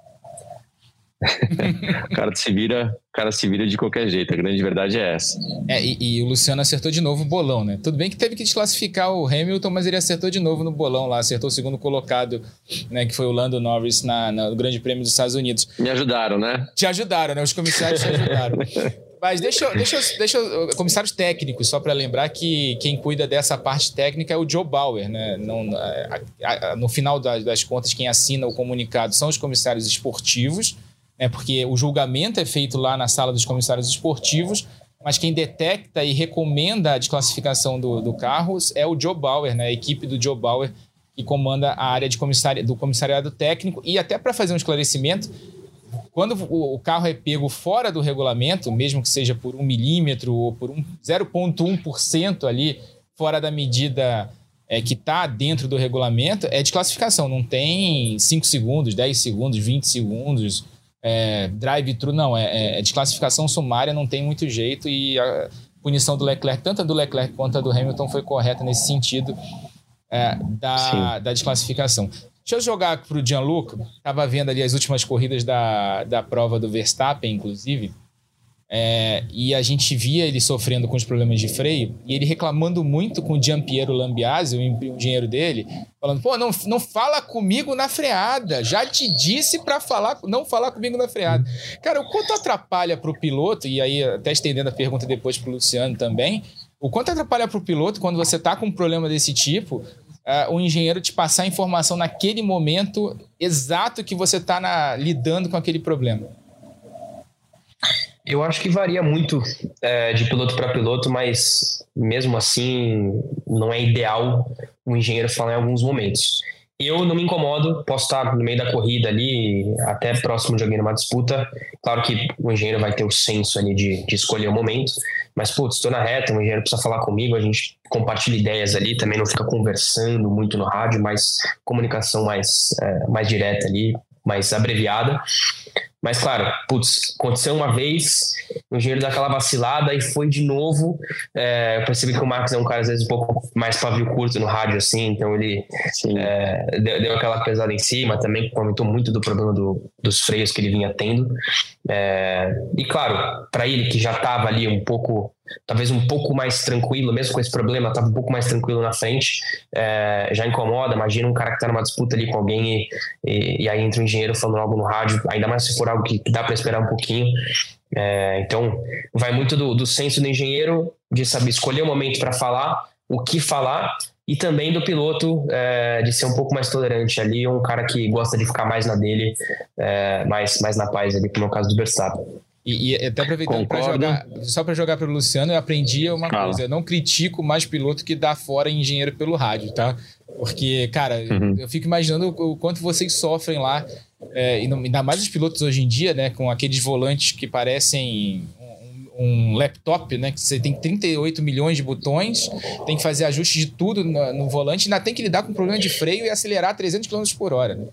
o cara se vira, o cara se vira de qualquer jeito, a grande verdade é essa. É, e, e o Luciano acertou de novo o bolão, né? Tudo bem que teve que desclassificar o Hamilton, mas ele acertou de novo no bolão lá, acertou o segundo colocado, né, que foi o Lando Norris na, na, no Grande Prêmio dos Estados Unidos. Me ajudaram, né? Te ajudaram, né? Os comissários te ajudaram. Mas deixa eu, deixa eu, deixa eu, comissários técnicos, só para lembrar que quem cuida dessa parte técnica é o Joe Bauer, né? Não, a, a, no final das, das contas, quem assina o comunicado são os comissários esportivos, né? Porque o julgamento é feito lá na sala dos comissários esportivos, mas quem detecta e recomenda a desclassificação do, do carro é o Joe Bauer, né? A equipe do Joe Bauer que comanda a área de comissari, do comissariado técnico. E até para fazer um esclarecimento, quando o carro é pego fora do regulamento, mesmo que seja por um milímetro ou por um zero vírgula um por cento ali, fora da medida é, que está dentro do regulamento, é desclassificação. Não tem cinco segundos, dez segundos, vinte segundos, é, drive-thru, não. É, é desclassificação sumária, não tem muito jeito. E a punição do Leclerc, tanto a do Leclerc quanto a do Hamilton, foi correta nesse sentido é, da, da desclassificação. Deixa eu jogar para o Gianluca. Estava vendo ali as últimas corridas da, da prova do Verstappen, inclusive, é, e a gente via ele sofrendo com os problemas de freio e ele reclamando muito com o Gianpiero Lambiase, o engenheiro dele, falando, pô, não, não fala comigo na freada, já te disse para falar, não falar comigo na freada. Cara, o quanto atrapalha para o piloto, e aí até estendendo a pergunta depois para o Luciano também, o quanto atrapalha para o piloto quando você está com um problema desse tipo, Uh, o engenheiro te passar a informação naquele momento exato que você está lidando com aquele problema? Eu acho que varia muito é, de piloto para piloto, mas mesmo assim não é ideal o engenheiro falar em alguns momentos. Eu não me incomodo, posso estar no meio da corrida ali, até próximo de alguém numa disputa. Claro que o engenheiro vai ter o senso ali de, de escolher o momento, mas, putz, estou na reta, o engenheiro precisa falar comigo, a gente compartilha ideias ali, também não fica conversando muito no rádio, mas comunicação mais, é, mais direta ali, mais abreviada. Mas, claro, putz, aconteceu uma vez, o engenheiro dá aquela vacilada e foi de novo. É, eu percebi que o Max é um cara, às vezes, um pouco mais pavio curto no rádio, assim, então ele é, deu, deu aquela pesada em cima, também comentou muito do problema do, dos freios que ele vinha tendo. É, e, claro, para ele, que já estava ali um pouco, talvez um pouco mais tranquilo, mesmo com esse problema, estava um pouco mais tranquilo na frente, é, já incomoda. Imagina um cara que está numa disputa ali com alguém e, e, e aí entra um engenheiro falando algo no rádio, ainda mais se for algo que dá para esperar um pouquinho. É, então vai muito do, do senso do engenheiro, de saber escolher o momento para falar, o que falar, e também do piloto, é, de ser um pouco mais tolerante ali, um cara que gosta de ficar mais na dele, é, mais, mais na paz ali, como é o caso do Verstappen. E, e até aproveitando para jogar, só para jogar para o Luciano, eu aprendi uma Fala. coisa: eu não critico mais piloto que dá fora engenheiro pelo rádio, tá? Porque, cara, uhum. eu fico imaginando o quanto vocês sofrem lá, é, e não, ainda mais os pilotos hoje em dia, né, com aqueles volantes que parecem um, um laptop, né, que você tem trinta e oito milhões de botões, tem que fazer ajuste de tudo no, no volante, ainda tem que lidar com problema de freio e acelerar a trezentos quilômetros por hora, né?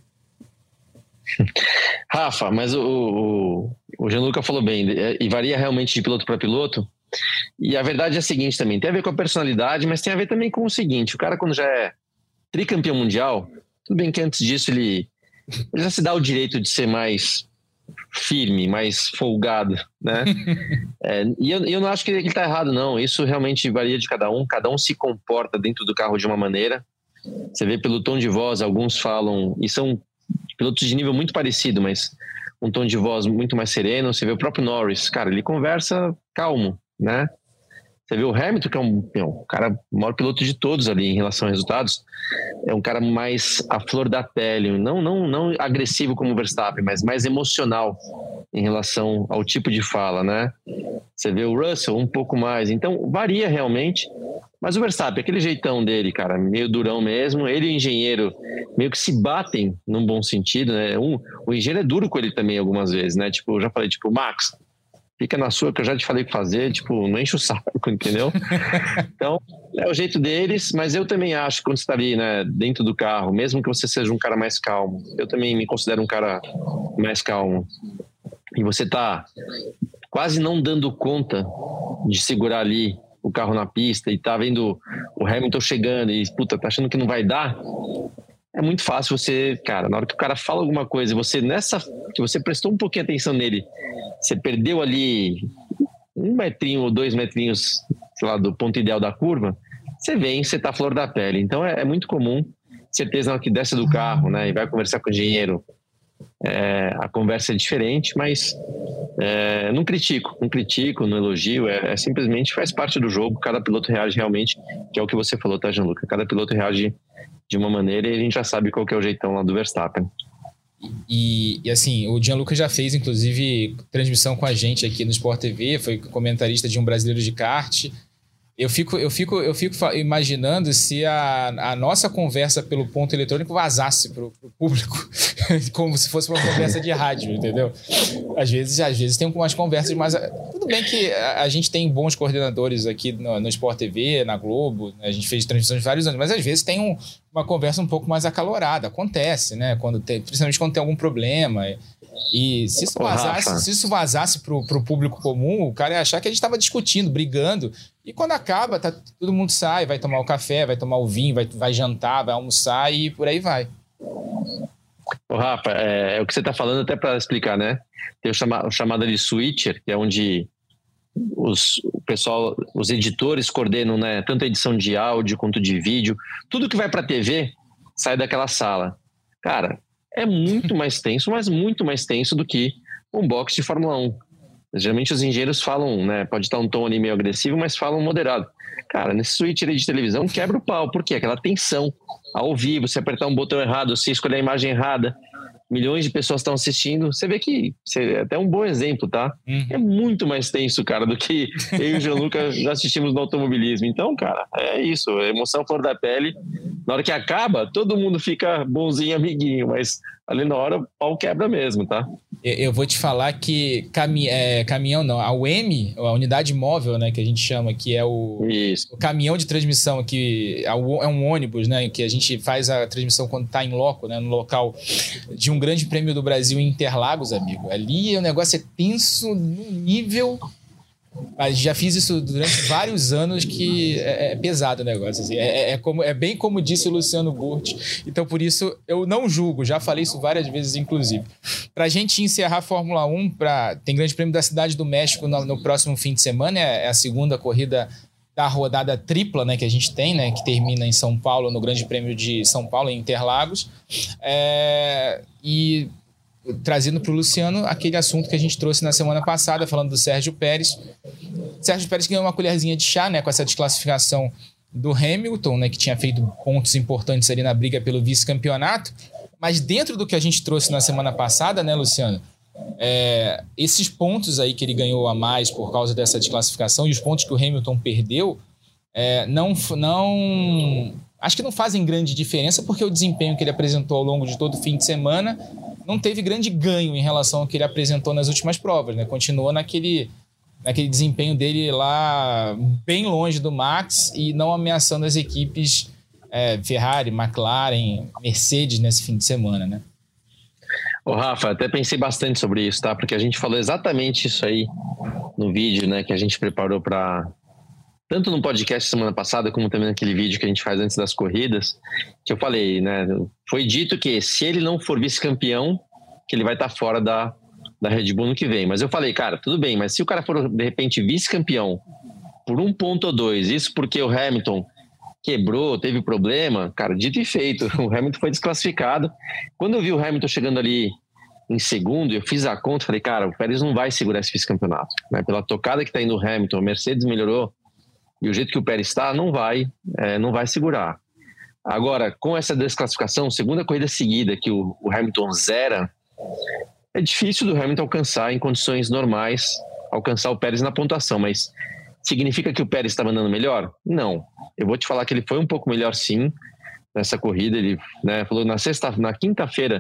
Rafa, mas o, o, o Gianluca falou bem, e varia realmente de piloto para piloto, e a verdade é a seguinte também, tem a ver com a personalidade, mas tem a ver também com o seguinte: o cara, quando já é tricampeão mundial, tudo bem que antes disso ele, ele já se dá o direito de ser mais firme, mais folgado, né? é, e eu, eu não acho que ele está errado, não. Isso realmente varia de cada um, cada um se comporta dentro do carro de uma maneira. Você vê pelo tom de voz, alguns falam, e são pilotos de nível muito parecido, mas um tom de voz muito mais sereno. Você vê o próprio Norris, cara, ele conversa calmo, né? Você vê o Hamilton, que é um, um cara, o maior piloto de todos ali em relação a resultados, é um cara mais à flor da pele, não, não, não agressivo como o Verstappen, mas mais emocional em relação ao tipo de fala, né? Você vê o Russell um pouco mais, então varia realmente, mas o Verstappen, aquele jeitão dele, cara, meio durão mesmo, ele e o engenheiro meio que se batem num bom sentido, né? Um, o engenheiro é duro com ele também algumas vezes, né? Tipo, eu já falei, tipo, Max, fica na sua que eu já te falei o que fazer, tipo, não enche o saco, entendeu? Então, é o jeito deles, mas eu também acho que quando você tá ali, né, dentro do carro, mesmo que você seja um cara mais calmo, eu também me considero um cara mais calmo, e você tá quase não dando conta de segurar ali o carro na pista e tá vendo o Hamilton chegando e, puta, tá achando que não vai dar, é muito fácil você, cara, na hora que o cara fala alguma coisa e você, nessa, que você prestou um pouquinho de atenção nele, você perdeu ali um metrinho ou dois metrinhos, sei lá, do ponto ideal da curva, você vem, você tá flor da pele. Então é, é muito comum, certeza, na hora que desce do carro, né, e vai conversar com o engenheiro, é, a conversa é diferente, mas É, não critico, não critico, não elogio, é, é simplesmente faz parte do jogo, cada piloto reage realmente, que é o que você falou, tá, Gianluca? Cada piloto reage de uma maneira e a gente já sabe qual que é o jeitão lá do Verstappen. E, e assim, o Gianluca já fez, inclusive, transmissão com a gente aqui no Sport T V, foi comentarista de um brasileiro de kart. Eu fico, eu fico, eu fico imaginando se a, a nossa conversa pelo ponto eletrônico vazasse para o público, como se fosse uma conversa de rádio, entendeu? Às vezes, às vezes tem umas conversas, mas tudo bem que a, a gente tem bons coordenadores aqui no, no Sport T V, na Globo, né? A gente fez transmissões de vários anos, mas às vezes tem um, uma conversa um pouco mais acalorada, acontece, né? Quando tem, principalmente quando tem algum problema. E se isso vazasse, se isso vazasse pro, pro público comum, o cara ia achar que a gente estava discutindo, brigando. E quando acaba, tá, todo mundo sai, vai tomar o café, vai tomar o vinho, vai, vai jantar, vai almoçar e por aí vai. Ô, Rafa, é, é o que você está falando até para explicar, né? Tem o, chama, o chamado de switcher, que é onde os, o pessoal, os editores coordenam, né, tanto a edição de áudio quanto de vídeo. Tudo que vai para a T V sai daquela sala. Cara, é muito mais tenso, mas muito mais tenso do que um boxe de Fórmula um. Geralmente os engenheiros falam, né, pode estar um tom ali meio agressivo, mas falam moderado. Cara, nesse switcher de televisão quebra o pau, porque aquela tensão ao vivo, se apertar um botão errado, se escolher a imagem errada, milhões de pessoas estão assistindo, você vê que é até um bom exemplo, tá? Uhum. É muito mais tenso, cara, do que eu e o Gianluca já assistimos no automobilismo. Então, cara, é isso, é emoção flor da pele. Na hora que acaba, todo mundo fica bonzinho, amiguinho, mas ali na hora o pau quebra mesmo, tá? Eu vou te falar que cami- é, caminhão não, a U M, a unidade móvel, né, que a gente chama, que é o, o caminhão de transmissão, que é um ônibus, né, que a gente faz a transmissão quando está em loco, né, no local de um grande prêmio do Brasil em Interlagos, amigo. Ali o negócio é tenso no nível... Mas já fiz isso durante vários anos, que é, é pesado o negócio. Assim. É, é, como, é bem como disse o Luciano Burti. Então, por isso, eu não julgo. Já falei isso várias vezes, inclusive. Para a gente encerrar a Fórmula um, pra, tem Grande Prêmio da Cidade do México no, no próximo fim de semana. É, é a segunda corrida da rodada tripla, né, que a gente tem, né, que termina em São Paulo, no Grande Prêmio de São Paulo, em Interlagos. É, e... trazendo para o Luciano aquele assunto que a gente trouxe na semana passada, falando do Sérgio Pérez. Sérgio Pérez ganhou uma colherzinha de chá, né, com essa desclassificação do Hamilton, né, que tinha feito pontos importantes ali na briga pelo vice-campeonato. Mas dentro do que a gente trouxe na semana passada, né, Luciano, é, esses pontos aí que ele ganhou a mais por causa dessa desclassificação e os pontos que o Hamilton perdeu, é, não... não acho que não fazem grande diferença, porque o desempenho que ele apresentou ao longo de todo o fim de semana não teve grande ganho em relação ao que ele apresentou nas últimas provas, né? Continuou naquele, naquele desempenho dele lá bem longe do Max e não ameaçando as equipes é, Ferrari, McLaren, Mercedes nesse fim de semana, né? Ô, Rafa, até pensei bastante sobre isso, tá? Porque a gente falou exatamente isso aí no vídeo, né, que a gente preparou para... tanto no podcast semana passada, como também naquele vídeo que a gente faz antes das corridas, que eu falei, né? Foi dito que se ele não for vice-campeão, que ele vai estar fora da, da Red Bull no que vem. Mas eu falei, cara, tudo bem, mas se o cara for, de repente, vice-campeão por um ponto ou dois, isso porque o Hamilton quebrou, teve problema, cara, dito e feito, o Hamilton foi desclassificado. Quando eu vi o Hamilton chegando ali em segundo, eu fiz a conta, falei, cara, o Pérez não vai segurar esse vice-campeonato, né? Pela tocada que está indo o Hamilton, a Mercedes melhorou, e o jeito que o Pérez está, não vai, é, não vai segurar. Agora, com essa desclassificação, segunda corrida seguida que o, o Hamilton zera, é difícil do Hamilton alcançar em condições normais, alcançar o Pérez na pontuação, mas significa que o Pérez estava andando melhor? Não. Eu vou te falar que ele foi um pouco melhor sim nessa corrida. Ele, né, falou na sexta, na quinta-feira,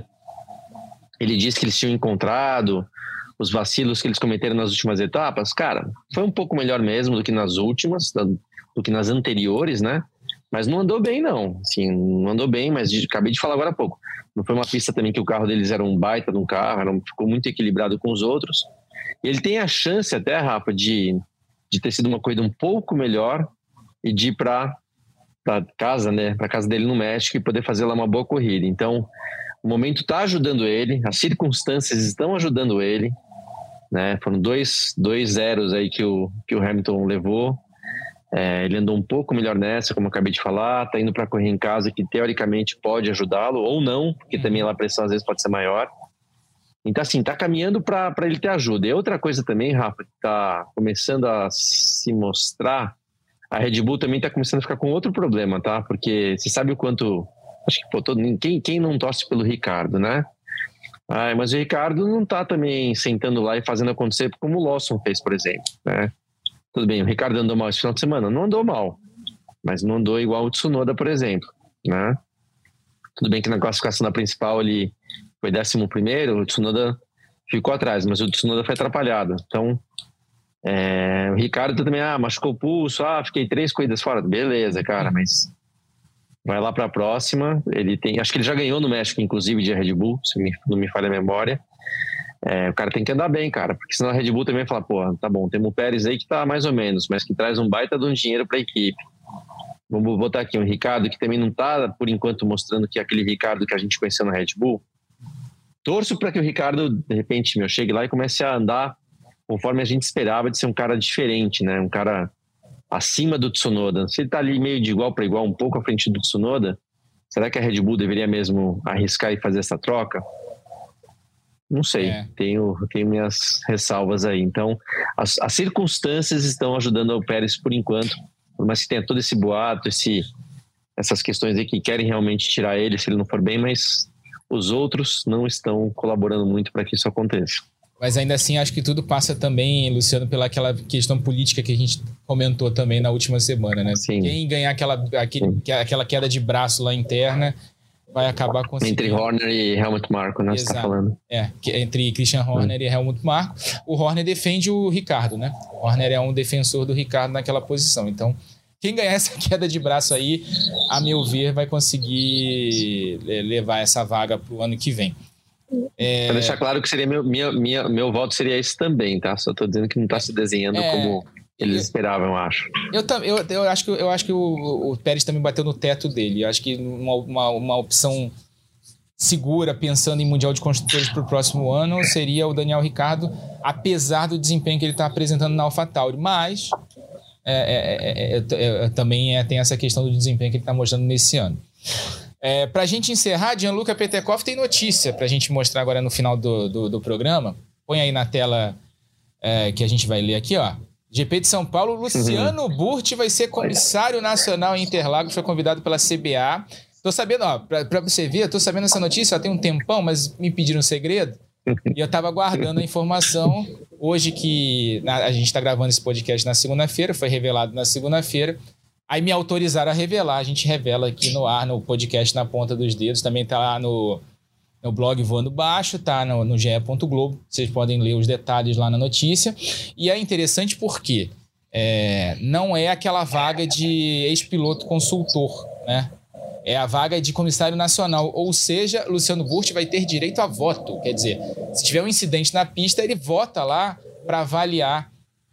ele disse que eles tinham encontrado os vacilos que eles cometeram nas últimas etapas. Cara, foi um pouco melhor mesmo do que nas últimas, do que nas anteriores, né? Mas não andou bem, não. Assim, não andou bem, mas acabei de falar agora há pouco. Não foi uma pista também que o carro deles era um baita de um carro, era um, ficou muito equilibrado com os outros. E ele tem a chance até, Rafa, de, de ter sido uma corrida um pouco melhor e de ir para casa, né? Para casa dele no México e poder fazer lá uma boa corrida. Então, o momento está ajudando ele, as circunstâncias estão ajudando ele, né? Foram dois, dois zeros aí que o, que o Hamilton levou. É, ele andou um pouco melhor nessa, como eu acabei de falar, tá indo para correr em casa, que teoricamente pode ajudá-lo, ou não, porque também lá a pressão às vezes pode ser maior. Então, assim, tá caminhando para ele ter ajuda. E outra coisa também, Rafa, que tá começando a se mostrar, a Red Bull também tá começando a ficar com outro problema, tá? Porque você sabe o quanto... Acho que, pô, todo, quem, quem não torce pelo Ricardo, né? Ah, mas o Ricardo não tá também sentando lá e fazendo acontecer como o Lawson fez, por exemplo, né? Tudo bem, o Ricardo andou mal esse final de semana? Não andou mal, mas não andou igual o Tsunoda, por exemplo, né? Tudo bem que na classificação da principal ele foi décimo primeiro, o Tsunoda ficou atrás, mas o Tsunoda foi atrapalhado. Então, é, o Ricardo também, ah, machucou o pulso, ah, fiquei três corridas fora. Beleza, cara, mas vai lá para a próxima. Ele tem, acho que ele já ganhou no México, inclusive, de Red Bull, se não me falha a memória. É, o cara tem que andar bem, cara, porque senão a Red Bull também fala, pô, tá bom, temos o Pérez aí que tá mais ou menos, mas que traz um baita de um dinheiro para a equipe. Vamos botar aqui um Ricardo que também não tá, por enquanto, mostrando que é aquele Ricardo que a gente conheceu na Red Bull. Torço para que o Ricardo, de repente, meu, chegue lá e comece a andar conforme a gente esperava de ser um cara diferente, né? Um cara acima do Tsunoda. Se ele tá ali meio de igual para igual, um pouco à frente do Tsunoda, será que a Red Bull deveria mesmo arriscar e fazer essa troca? Não sei, é. tenho, tenho minhas ressalvas aí. Então, as, as circunstâncias estão ajudando o Pérez por enquanto, por mais que tenha todo esse boato, esse, essas questões aí que querem realmente tirar ele se ele não for bem, mas os outros não estão colaborando muito para que isso aconteça. Mas ainda assim, acho que tudo passa também, Luciano, pela aquela questão política que a gente comentou também na última semana, né? Sim. Quem ganhar aquela, aquele, aquela queda de braço lá interna vai acabar conseguindo... Entre Horner e Helmut Marko, né? Exato. Você tá falando. É, entre Christian Horner hum. e Helmut Marko. O Horner defende o Ricardo, né? O Horner é um defensor do Ricardo naquela posição. Então, quem ganhar essa queda de braço aí, a meu ver, vai conseguir levar essa vaga pro ano que vem. É... Pra deixar claro que seria meu, minha, minha, meu voto seria esse também, tá? Só tô dizendo que não tá se desenhando é... como eles esperavam, eu acho. Eu, eu, eu acho que, eu acho que o, o Pérez também bateu no teto dele. Eu acho que uma, uma, uma opção segura, pensando em Mundial de Construtores para o próximo ano, seria o Daniel Ricciardo, apesar do desempenho que ele está apresentando na AlphaTauri. Mas é, é, é, é, é, também é, tem essa questão do desempenho que ele está mostrando nesse ano. É, para a gente encerrar, Gianluca Petekoff tem notícia para a gente mostrar agora no final do, do, do programa. Põe aí na tela é, que a gente vai ler aqui, ó. G P de São Paulo, Luciano uhum. Burti vai ser comissário nacional em Interlagos, foi convidado pela C B A. Tô sabendo, ó, pra, pra você ver, tô sabendo essa notícia, ó, tem um tempão, mas me pediram um segredo. E eu tava guardando a informação. Hoje que na, a gente tá gravando esse podcast na segunda-feira, foi revelado na segunda-feira. Aí me autorizaram a revelar, a gente revela aqui no ar, no podcast Na Ponta dos Dedos. Também tá lá no, no blog Voando Baixo, tá no, no G E ponto Globo. Vocês podem ler os detalhes lá na notícia. E é interessante porque é, não é aquela vaga de ex-piloto consultor, né? É a vaga de comissário nacional. Ou seja, Luciano Burti vai ter direito a voto. Quer dizer, se tiver um incidente na pista, ele vota lá para avaliar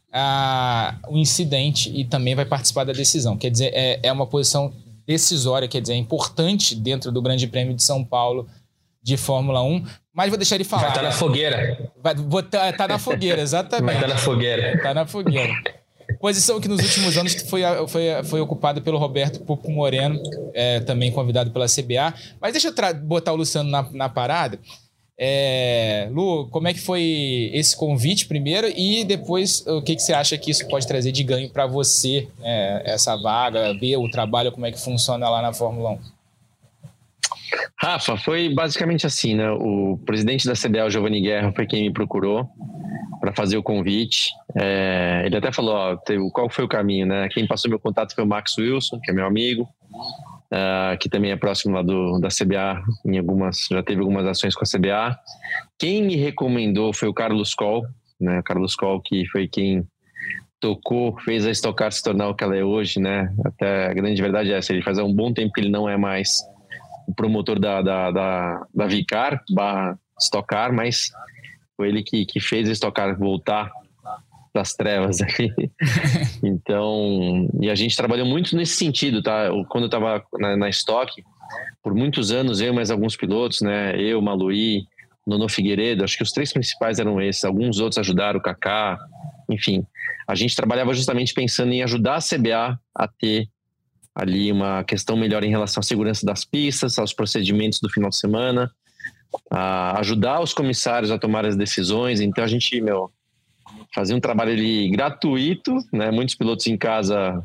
a, o incidente e também vai participar da decisão. Quer dizer, é, é uma posição decisória, quer dizer, é importante dentro do Grande Prêmio de São Paulo de Fórmula um. Mas vou deixar ele falar. Vai estar tá na fogueira. Vai tá, tá na fogueira, exatamente. Vai estar tá na fogueira. Tá na fogueira. Posição que nos últimos anos foi, foi, foi ocupada pelo Roberto Pupo Moreno, é, também convidado pela C B A. Mas deixa eu botar o Luciano na, na parada. É, Lu, como é que foi esse convite primeiro e depois o que, que você acha que isso pode trazer de ganho para você, é, essa vaga, ver o trabalho, como é que funciona lá na Fórmula um? Rafa, foi basicamente assim, né? O presidente da C B A, o Giovanni Guerra, foi quem me procurou para fazer o convite. É, ele até falou, ó, teve, qual foi o caminho, né? Quem passou meu contato foi o Max Wilson, que é meu amigo, uh, que também é próximo lá do, da C B A, em algumas, já teve algumas ações com a C B A. Quem me recomendou foi o Carlos Coll, né? O Carlos Coll, que foi quem tocou, fez a Stock Car se tornar o que ela é hoje, né? Até a grande verdade é essa, ele faz há um bom tempo que ele não é mais o promotor da, da, da, da Vicar, barra Stock Car, mas foi ele que, que fez a Stock Car voltar das trevas aqui. Então, e a gente trabalhou muito nesse sentido, tá? Quando eu estava na, na Stock, por muitos anos, eu e mais alguns pilotos, né? Eu, Maluí, Nono Figueiredo, acho que os três principais eram esses, alguns outros ajudaram, o Kaká, enfim. A gente trabalhava justamente pensando em ajudar a C B A a ter ali uma questão melhor em relação à segurança das pistas, aos procedimentos do final de semana, a ajudar os comissários a tomar as decisões. Então a gente, meu, fazia um trabalho ali gratuito, né? Muitos pilotos em casa,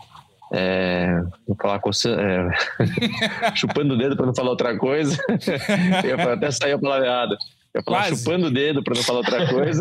é, vou falar coçando, é, chupando o dedo para não falar outra coisa. Eu até saiu a palavra errada. Eu ia falar Quase. chupando o dedo para não falar outra coisa.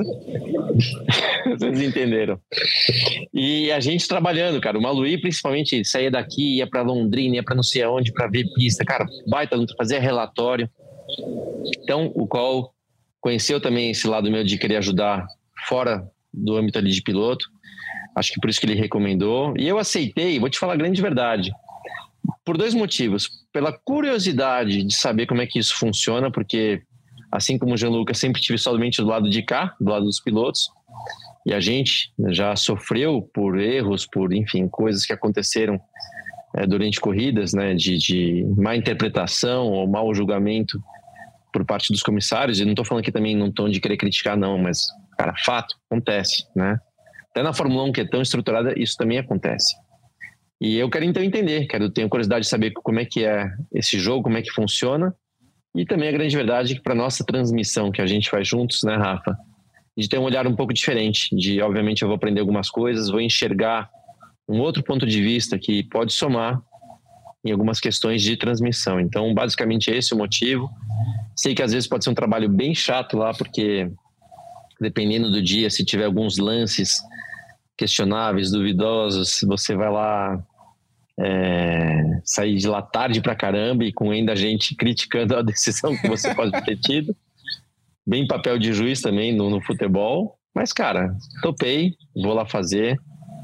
Vocês entenderam. E a gente trabalhando, cara. O Maluí, principalmente, saía daqui, ia para Londrina, ia para não sei aonde, para ver pista. Cara, baita, fazia relatório. Então, o qual conheceu também esse lado meu de querer ajudar fora do âmbito ali de piloto. Acho que por isso que ele recomendou. E eu aceitei, vou te falar a grande verdade. Por dois motivos. Pela curiosidade de saber como é que isso funciona, porque... Assim como o Gianluca, sempre tive somente do lado de cá, do lado dos pilotos. E a gente já sofreu por erros, por, enfim, coisas que aconteceram é, durante corridas, né, de, de má interpretação ou mau julgamento por parte dos comissários. E não estou falando aqui também num tom de querer criticar, não, mas, cara, fato, acontece, né? Até na Fórmula um, que é tão estruturada, isso também acontece. E eu quero então entender, quero, tenho curiosidade de saber como é que é esse jogo, como é que funciona. E também a grande verdade é que para nossa transmissão que a gente faz juntos, né, Rafa, de ter um olhar um pouco diferente, de obviamente eu vou aprender algumas coisas, vou enxergar um outro ponto de vista que pode somar em algumas questões de transmissão. Então, basicamente esse é o motivo. Sei que às vezes pode ser um trabalho bem chato lá, porque dependendo do dia, se tiver alguns lances questionáveis, duvidosos, você vai lá... É, sair de lá tarde pra caramba e com ainda gente criticando a decisão que você pode ter tido. Bem papel de juiz também no, no futebol. Mas, cara, topei, vou lá fazer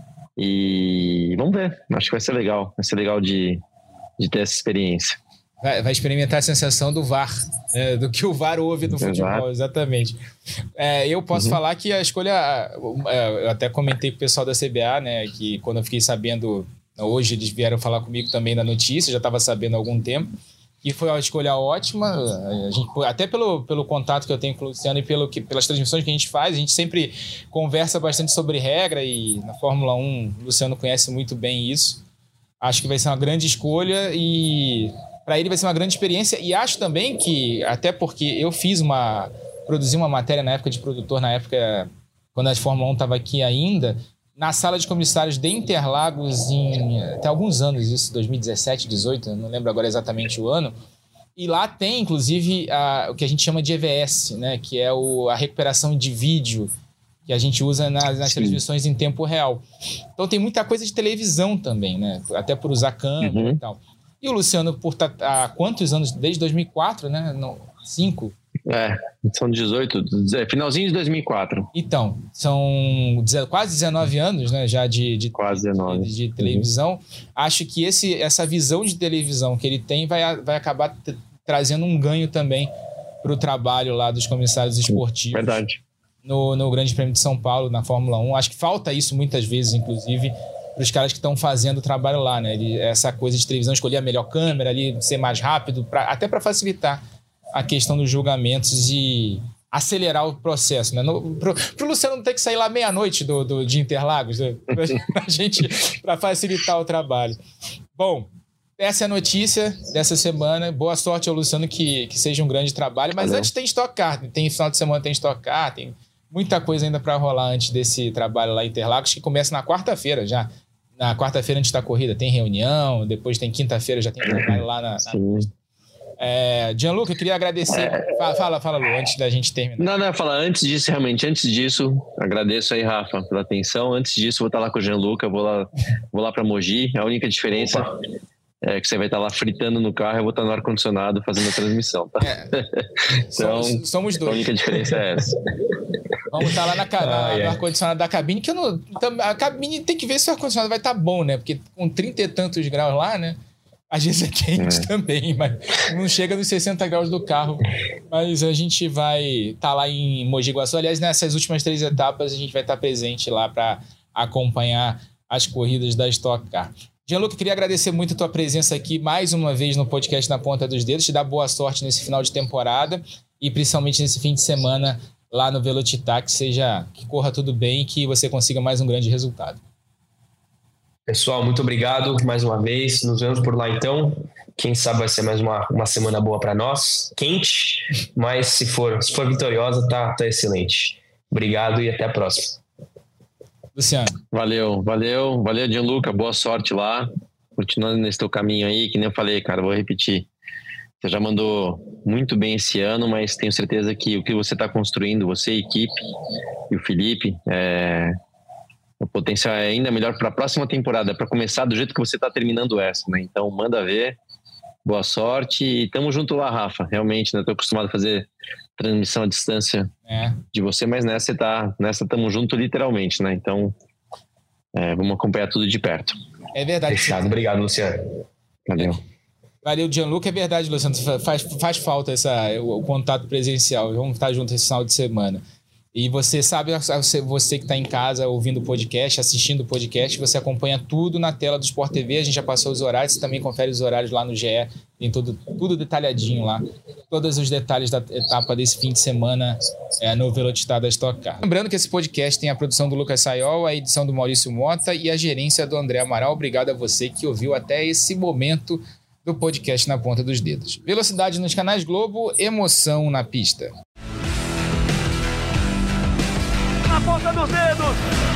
e vamos ver. Acho que vai ser legal. Vai ser legal de, de ter essa experiência. Vai, vai experimentar a sensação do V A R, né, do que o V A R ouve no futebol, Exato. exatamente. É, eu posso uhum. falar que a escolha... Eu até comentei com o pessoal da C B A, né, que quando eu fiquei sabendo... Hoje eles vieram falar comigo também da notícia, já estava sabendo há algum tempo, e foi uma escolha ótima, a gente, até pelo, pelo contato que eu tenho com o Luciano e pelo que, pelas transmissões que a gente faz, a gente sempre conversa bastante sobre regra, e na Fórmula um o Luciano conhece muito bem isso. Acho que vai ser uma grande escolha e para ele vai ser uma grande experiência, e acho também que, até porque eu fiz uma, produzi uma matéria na época de produtor, na época quando a Fórmula um estava aqui ainda, na sala de comissários de Interlagos, em até alguns anos, isso, dois mil e dezessete, dezoito, não lembro agora exatamente o ano, e lá tem, inclusive, a, o que a gente chama de E V S, né, que é o, a recuperação de vídeo que a gente usa nas, nas transmissões em tempo real. Então tem muita coisa de televisão também, né, até por usar câmera uhum. e tal. E o Luciano, por tá, há quantos anos? Desde dois mil e quatro, né? Não, cinco? É, são dezoito, finalzinho de dois mil e quatro. Então, são quase dezenove anos, né, já de, de, quase dezenove. de, de televisão. Uhum. Acho que esse, essa visão de televisão que ele tem vai, vai acabar t- trazendo um ganho também para o trabalho lá dos comissários esportivos. Verdade. No, no Grande Prêmio de São Paulo, na Fórmula um. Acho que falta isso muitas vezes, inclusive, para os caras que estão fazendo o trabalho lá, né? Ele, essa coisa de televisão, escolher a melhor câmera ali, ser mais rápido, pra, até para facilitar a questão dos julgamentos e acelerar o processo, né? No, pro, pro Luciano não ter que sair lá meia-noite do, do, de Interlagos, né? pra, pra gente, para facilitar o trabalho. Bom, essa é a notícia dessa semana. Boa sorte ao Luciano, que, que seja um grande trabalho. Mas Valeu. Antes tem Stock Car, tem final de semana tem Stock Car, tem muita coisa ainda para rolar antes desse trabalho lá em Interlagos, que começa na quarta-feira já. Na quarta-feira antes da corrida tem reunião, depois tem quinta-feira já tem trabalho lá na... na... É, Gianluca, eu queria agradecer. É... Fala, fala, fala, Lu, antes da gente terminar. Não, não, eu falar antes disso, realmente, antes disso, agradeço aí, Rafa, pela atenção. Antes disso, vou estar lá com o Gianluca, vou lá, vou lá para Mogi. A única diferença Opa. é que você vai estar lá fritando no carro, eu vou estar no ar-condicionado fazendo a transmissão, tá? É. Então, somos, somos dois. A única diferença é essa. Vamos estar lá na, na, ah, no é. ar-condicionado da cabine, que eu não. A cabine tem que ver se o ar-condicionado vai estar bom, né? Porque com trinta e tantos graus lá, né? Às vezes é quente é. também, mas não chega nos sessenta graus do carro. Mas a gente vai estar tá lá em Mogi Guaçu. Aliás, nessas últimas três etapas, a gente vai estar tá presente lá para acompanhar as corridas da Stock Car. Gianluca, queria agradecer muito a tua presença aqui mais uma vez no podcast Na Ponta dos Dedos. Te dar boa sorte nesse final de temporada e principalmente nesse fim de semana lá no Velocitar, que seja, que corra tudo bem e que você consiga mais um grande resultado. Pessoal, muito obrigado mais uma vez. Nos vemos por lá então. Quem sabe vai ser mais uma, uma semana boa para nós, quente, mas se for, se for vitoriosa, tá, tá excelente. Obrigado e até a próxima. Luciano. Valeu, valeu, valeu, Gianluca, boa sorte lá. Continuando nesse teu caminho aí, que nem eu falei, cara, vou repetir. Você já mandou muito bem esse ano, mas tenho certeza que o que você está construindo, você, a equipe e o Felipe, é... o potencial é ainda melhor para a próxima temporada, para começar do jeito que você está terminando essa, né? Então, manda ver, boa sorte e tamo junto lá, Rafa. Realmente, né? Estou acostumado a fazer transmissão à distância é. de você, mas nessa você tá, nessa tamo junto literalmente, né? Então, é, vamos acompanhar tudo de perto. É verdade. Fechado, obrigado, Luciano. Valeu. Valeu, Gianluca. É verdade, Luciano. Faz, faz falta essa, o, o contato presencial. Vamos estar juntos esse final de semana. E você sabe, você que está em casa ouvindo o podcast, assistindo o podcast, você acompanha tudo na tela do Sport T V. A gente já passou os horários, você também confere os horários lá no G E. Tem tudo, tudo detalhadinho lá. Todos os detalhes da etapa desse fim de semana é, no Velocitar da Stock Car. Lembrando que esse podcast tem a produção do Lucas Sayol, a edição do Maurício Mota e a gerência do André Amaral. Obrigado a você que ouviu até esse momento do podcast Na Ponta dos Dedos. Velocidade nos canais Globo, emoção na pista. Na ponta dos dedos.